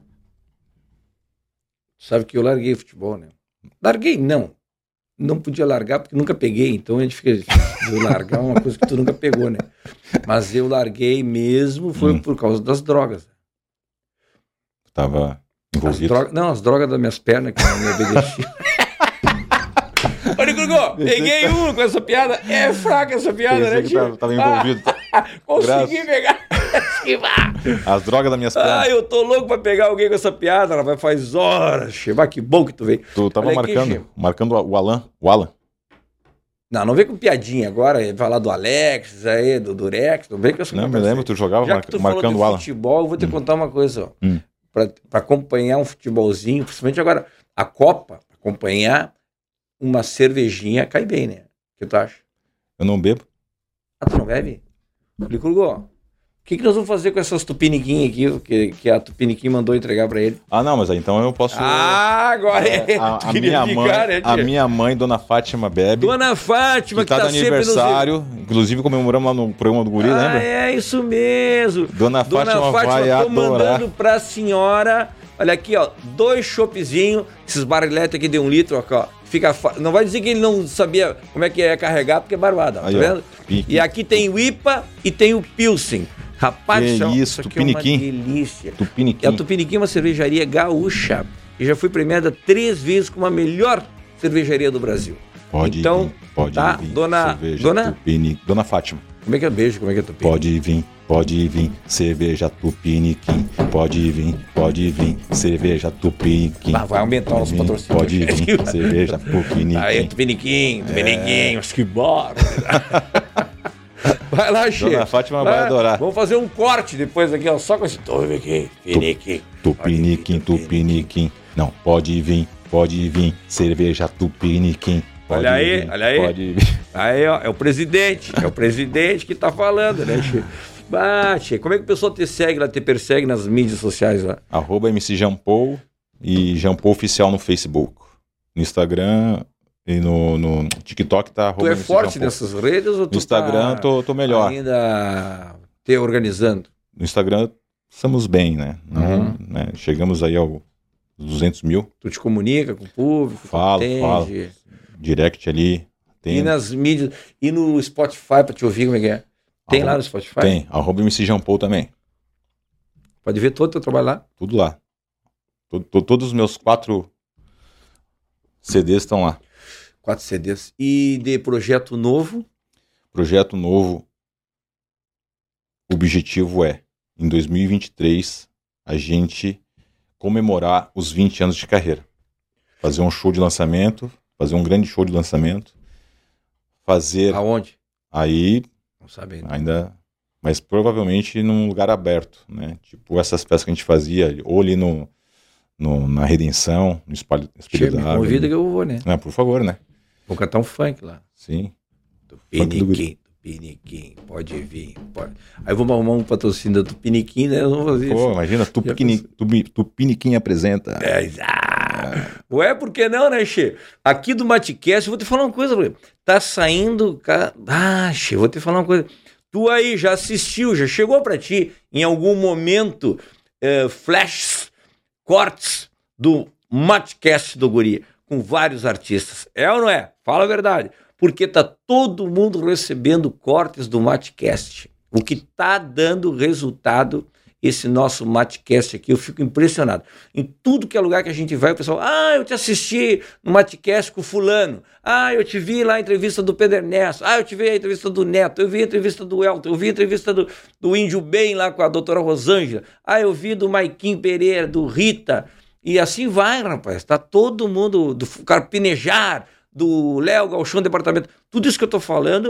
Sabe que eu larguei futebol, né? Larguei, não. Não podia largar porque nunca peguei, então a gente fica de largar uma coisa que tu nunca pegou, né? Mas eu larguei mesmo, foi por causa das drogas. Tava envolvido? As drogas das minhas pernas que não me obedeciam. Olha, Gugô, peguei com essa piada. É fraca essa piada, né, tio? Tava envolvido. Consegui pegar. As drogas das minhas pernas. Eu tô louco pra pegar alguém com essa piada, ela vai faz horas. Que bom que tu veio. Tu tava marcando o Alan. Não vem com piadinha agora, falar do Alex, aí, do Durex, não vem com essa Não, me lembro, tu jogava marcando o Alan. Futebol, eu vou te contar uma coisa, ó. Pra acompanhar um futebolzinho, principalmente agora, a Copa, acompanhar uma cervejinha cai bem, né? O que tu acha? Eu não bebo. Tu não bebe? Licurgo, o que nós vamos fazer com essas tupiniquinhas aqui, que a Tupiniquim mandou entregar pra ele? Não, mas então eu posso... agora a minha mãe, Dona Fátima, bebe. Dona Fátima, que tá de aniversário, inclusive comemoramos lá no programa do Guri, lembra? É isso mesmo. Dona Fátima vai tô adorar. Mandando pra senhora, olha aqui, ó, 2 choppzinhos, esses barriletes aqui de 1 litro, ó, não vai dizer que ele não sabia como é que ia carregar, porque é barbada, tá vendo? E aqui tem o IPA e tem o Pilsen. Rapaz, isso aqui Tupiniquim. É uma delícia. Tupiniquim. E a Tupiniquim é uma cervejaria gaúcha e já foi premiada 3 vezes como a melhor cervejaria do Brasil. Pode vir. Dona Fátima. Como é que é beijo? Como é que é Tupiniquim? Pode vir, cerveja Tupiniquim. Pode vir, cerveja Tupiniquim. Vai aumentar o nosso patrocínio. Pode vir, cerveja Tupiniquim. Aí, Tupiniquim, mas que bora. Vai lá, Che. Dona Fátima vai adorar. Vamos fazer um corte depois aqui, ó, só com esse Tupiniquim. Tupiniquim. Não, pode vir, pode vir. Cerveja Tupiniquim. Olha aí, vir, olha aí. Pode vir. Aí, ó, é o presidente que tá falando, né, Che? Ah, Che, como é que o pessoal te segue lá, te persegue nas mídias sociais lá? @MC Jean Paul e Jean Paul Oficial no Facebook. No Instagram e no TikTok tá Tu é MC forte Jean Paul. nessas redes ou tu No Instagram tô melhor. ainda te organizando? No Instagram estamos bem, né? Né? Chegamos aí aos 200 mil. Tu te comunica com o público? tu Falo. atende? Direct ali. E nas mídias, e no Spotify pra te ouvir como é que é? Tem lá no Spotify? Tem, @MC Jean Paul também. Pode ver todo o teu trabalho lá? Tudo lá. Todos os meus 4 CDs estão lá. 4 CDs. E de projeto novo? Projeto novo. O objetivo é, em 2023, a gente comemorar os 20 anos de carreira. Fazer um show de lançamento, fazer um grande show de lançamento. Fazer Aonde? aí, Não sabe ainda, mas provavelmente num lugar aberto, né? Tipo essas festas que a gente fazia, ou ali na Redenção, no Espelho Chega, me convida que eu vou, né? Por favor, né? Vou cantar um funk lá. Sim. Tupiniquim, pode vir, pode. Aí vamos arrumar um patrocínio da Tupiniquim, né? Vamos fazer Pô, isso. imagina, Tupiniquim apresenta. Ué, por que não, né, Che? Aqui do Matcast, eu vou te falar uma coisa, tá saindo... Che, vou te falar uma coisa. Tu aí já assistiu, já chegou pra ti em algum momento flashes, cortes do Matcast do Guri, com vários artistas. É ou não é? Fala a verdade. Porque tá todo mundo recebendo cortes do Matcast. O que tá dando resultado esse nosso Matcast aqui, eu fico impressionado. Em tudo que é lugar que a gente vai, o pessoal, eu te assisti no Matcast com fulano, eu te vi lá a entrevista do Pedro Ernesto, eu te vi a entrevista do Neto, eu vi a entrevista do Elton, eu vi a entrevista do Índio Bem lá com a doutora Rosângela, eu vi do Maiquim Pereira, do Rita, e assim vai, rapaz, tá todo mundo, do Carpinejar, do Léo Galchão Departamento, tudo isso que eu tô falando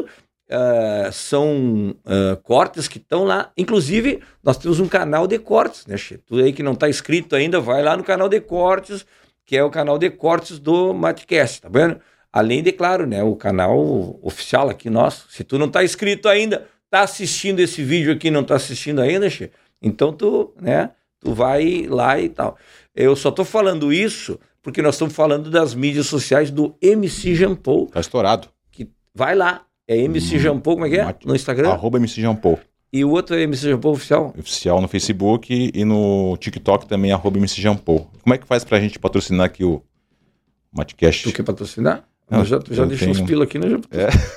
são cortes que estão lá. Inclusive, nós temos um canal de cortes, né, Che? Tu aí que não está inscrito ainda, vai lá no canal de cortes, que é o canal de cortes do Matcast, tá vendo? Além de, claro, né, o canal oficial aqui nosso. Se tu não está inscrito ainda, tá assistindo esse vídeo aqui, não tá assistindo ainda, Che? Então tu vai lá e tal. Eu só tô falando isso porque nós estamos falando das mídias sociais do MC Jean Paul. Tá estourado. Que vai lá. É MC Jean Paul, como é que é? No Instagram? @MC Jean Paul. E o outro é MC Jean Paul Oficial? Oficial no Facebook e no TikTok também, @MC Jean Paul. Como é que faz pra gente patrocinar aqui o Matcast? Tu quer patrocinar? Não, já deixou uns pila aqui, né?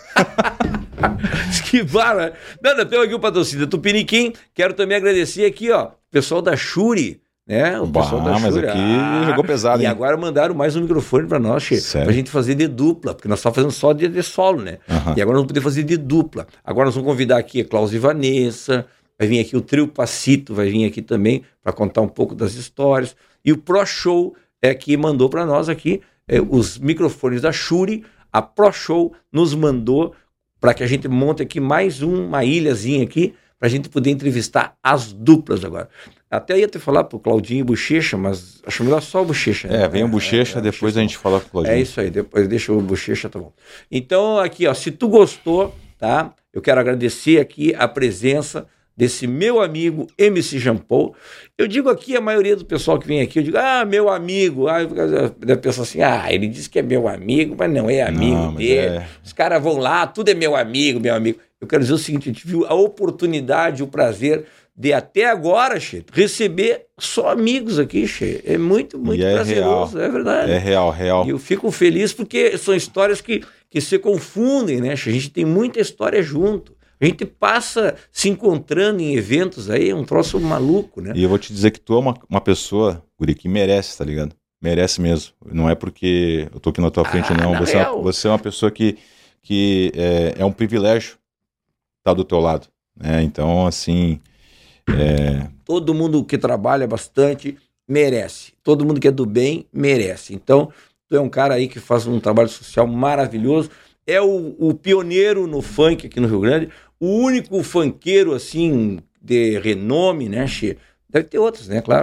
Esquivar, né? Não, tem aqui o patrocínio do Tupiniquim. Quero também agradecer aqui, ó, o pessoal da Shuri, né? O pessoal da mas Shuri. aqui jogou pesado, e hein? agora mandaram mais um microfone pra nós, Che, pra gente fazer de dupla, porque nós estamos fazendo só de solo, né? E agora nós vamos poder fazer de dupla. Agora nós vamos convidar aqui a Klaus e Vanessa, vai vir aqui o Trio Pacito, vai vir aqui também para contar um pouco das histórias. E o Pro Show que mandou para nós aqui os microfones da Shuri. A Pro Show nos mandou para que a gente monte aqui mais uma ilhazinha aqui, para a gente poder entrevistar as duplas agora. Até ia te falar pro Claudinho e Bochecha, mas acho melhor só o Bochecha. Né? Vem o Bochecha, depois a gente fala com o Claudinho. É isso aí, depois deixa o Bochecha, tá bom. Então, aqui, ó, se tu gostou, tá? Eu quero agradecer aqui a presença desse meu amigo MC Jean Paul. Eu digo aqui, a maioria do pessoal que vem aqui, eu digo, meu amigo. Deve pensar assim, ele disse que é meu amigo, mas não é amigo dele. Os caras vão lá, tudo é meu amigo, meu amigo. Eu quero dizer o seguinte, a gente viu a oportunidade, o prazer de até agora, Che, receber só amigos aqui, Che. É muito prazeroso, real. É verdade. É real. E eu fico feliz porque são histórias que se confundem, né, Che? A gente tem muita história junto. A gente passa se encontrando em eventos aí, é um troço maluco, né? E eu vou te dizer que tu é uma pessoa, Guri, que merece, tá ligado? Merece mesmo. Não é porque eu tô aqui na tua frente, não. Você é uma pessoa que é um privilégio estar do teu lado, né? Então, assim... Todo mundo que trabalha bastante merece. Todo mundo que é do bem merece. Então, tu é um cara aí que faz um trabalho social maravilhoso. É o pioneiro no funk aqui no Rio Grande. O único funkeiro, assim, de renome, né, Che? Deve ter outros, né, claro.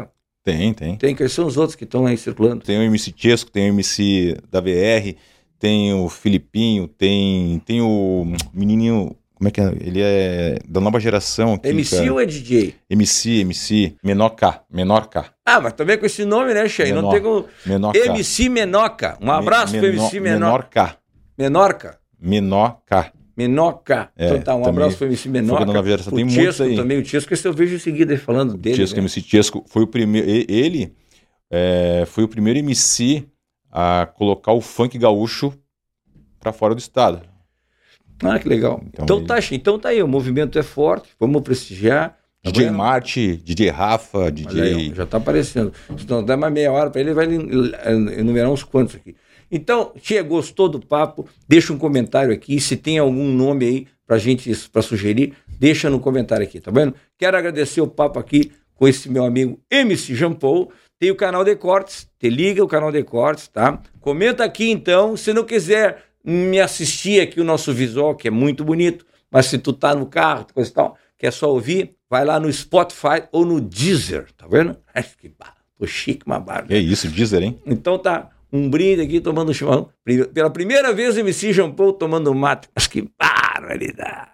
Tem. Tem, quais são os outros que estão aí circulando? Tem o MC Chesco, tem o MC da VR, tem o Filipinho, tem o menininho, como é que é? Ele é da nova geração aqui, MC cara. ou é DJ? MC, Menor K. Ah, mas também com esse nome, né, Chay? Não tem como... Menor K. MC Menoca. Um abraço pro MC Menoca. Menorca. Menorca. Menoca. Então tá, um abraço pro MC Menoca. Na nova geração. Tem o muitos aí. Também, o Chesco, esse eu vejo em seguida aí falando dele. Chesco, né? MC Chesco foi o primeiro... Ele foi o primeiro MC a colocar o funk gaúcho pra fora do estado. Ah, que legal. Então tá aí, o movimento é forte, vamos prestigiar. DJ Marte, DJ Rafa, DJ... Aí, já tá aparecendo. Se não der mais meia hora para ele vai enumerar uns quantos aqui. Então, Tia, gostou do papo? Deixa um comentário aqui. Se tem algum nome aí para sugerir, deixa no comentário aqui, tá vendo? Quero agradecer o papo aqui com esse meu amigo MC Jean Paul. Tem o canal de cortes, te liga o canal de cortes, tá? Comenta aqui então, se não quiser me assistir aqui o nosso visual, que é muito bonito, mas se tu tá no carro, coisa e tal, quer só ouvir, vai lá no Spotify ou no Deezer, tá vendo? Que tô chique, uma barba. É isso, Deezer, hein? Então tá, um brinde aqui, tomando chimarrão. Pela primeira vez o MC Jean Paul tomando mate. Mas que barbaridade.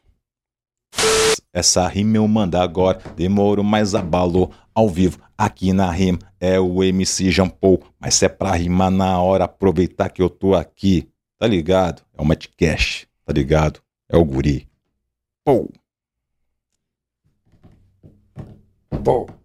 Essa rima eu mando agora, demorou, mas abalou ao vivo. Aqui na rima é o MC Jean Paul, mas se é pra rimar na hora, aproveitar que eu tô aqui, tá ligado? É o Matcast, tá ligado? É o guri. Pô.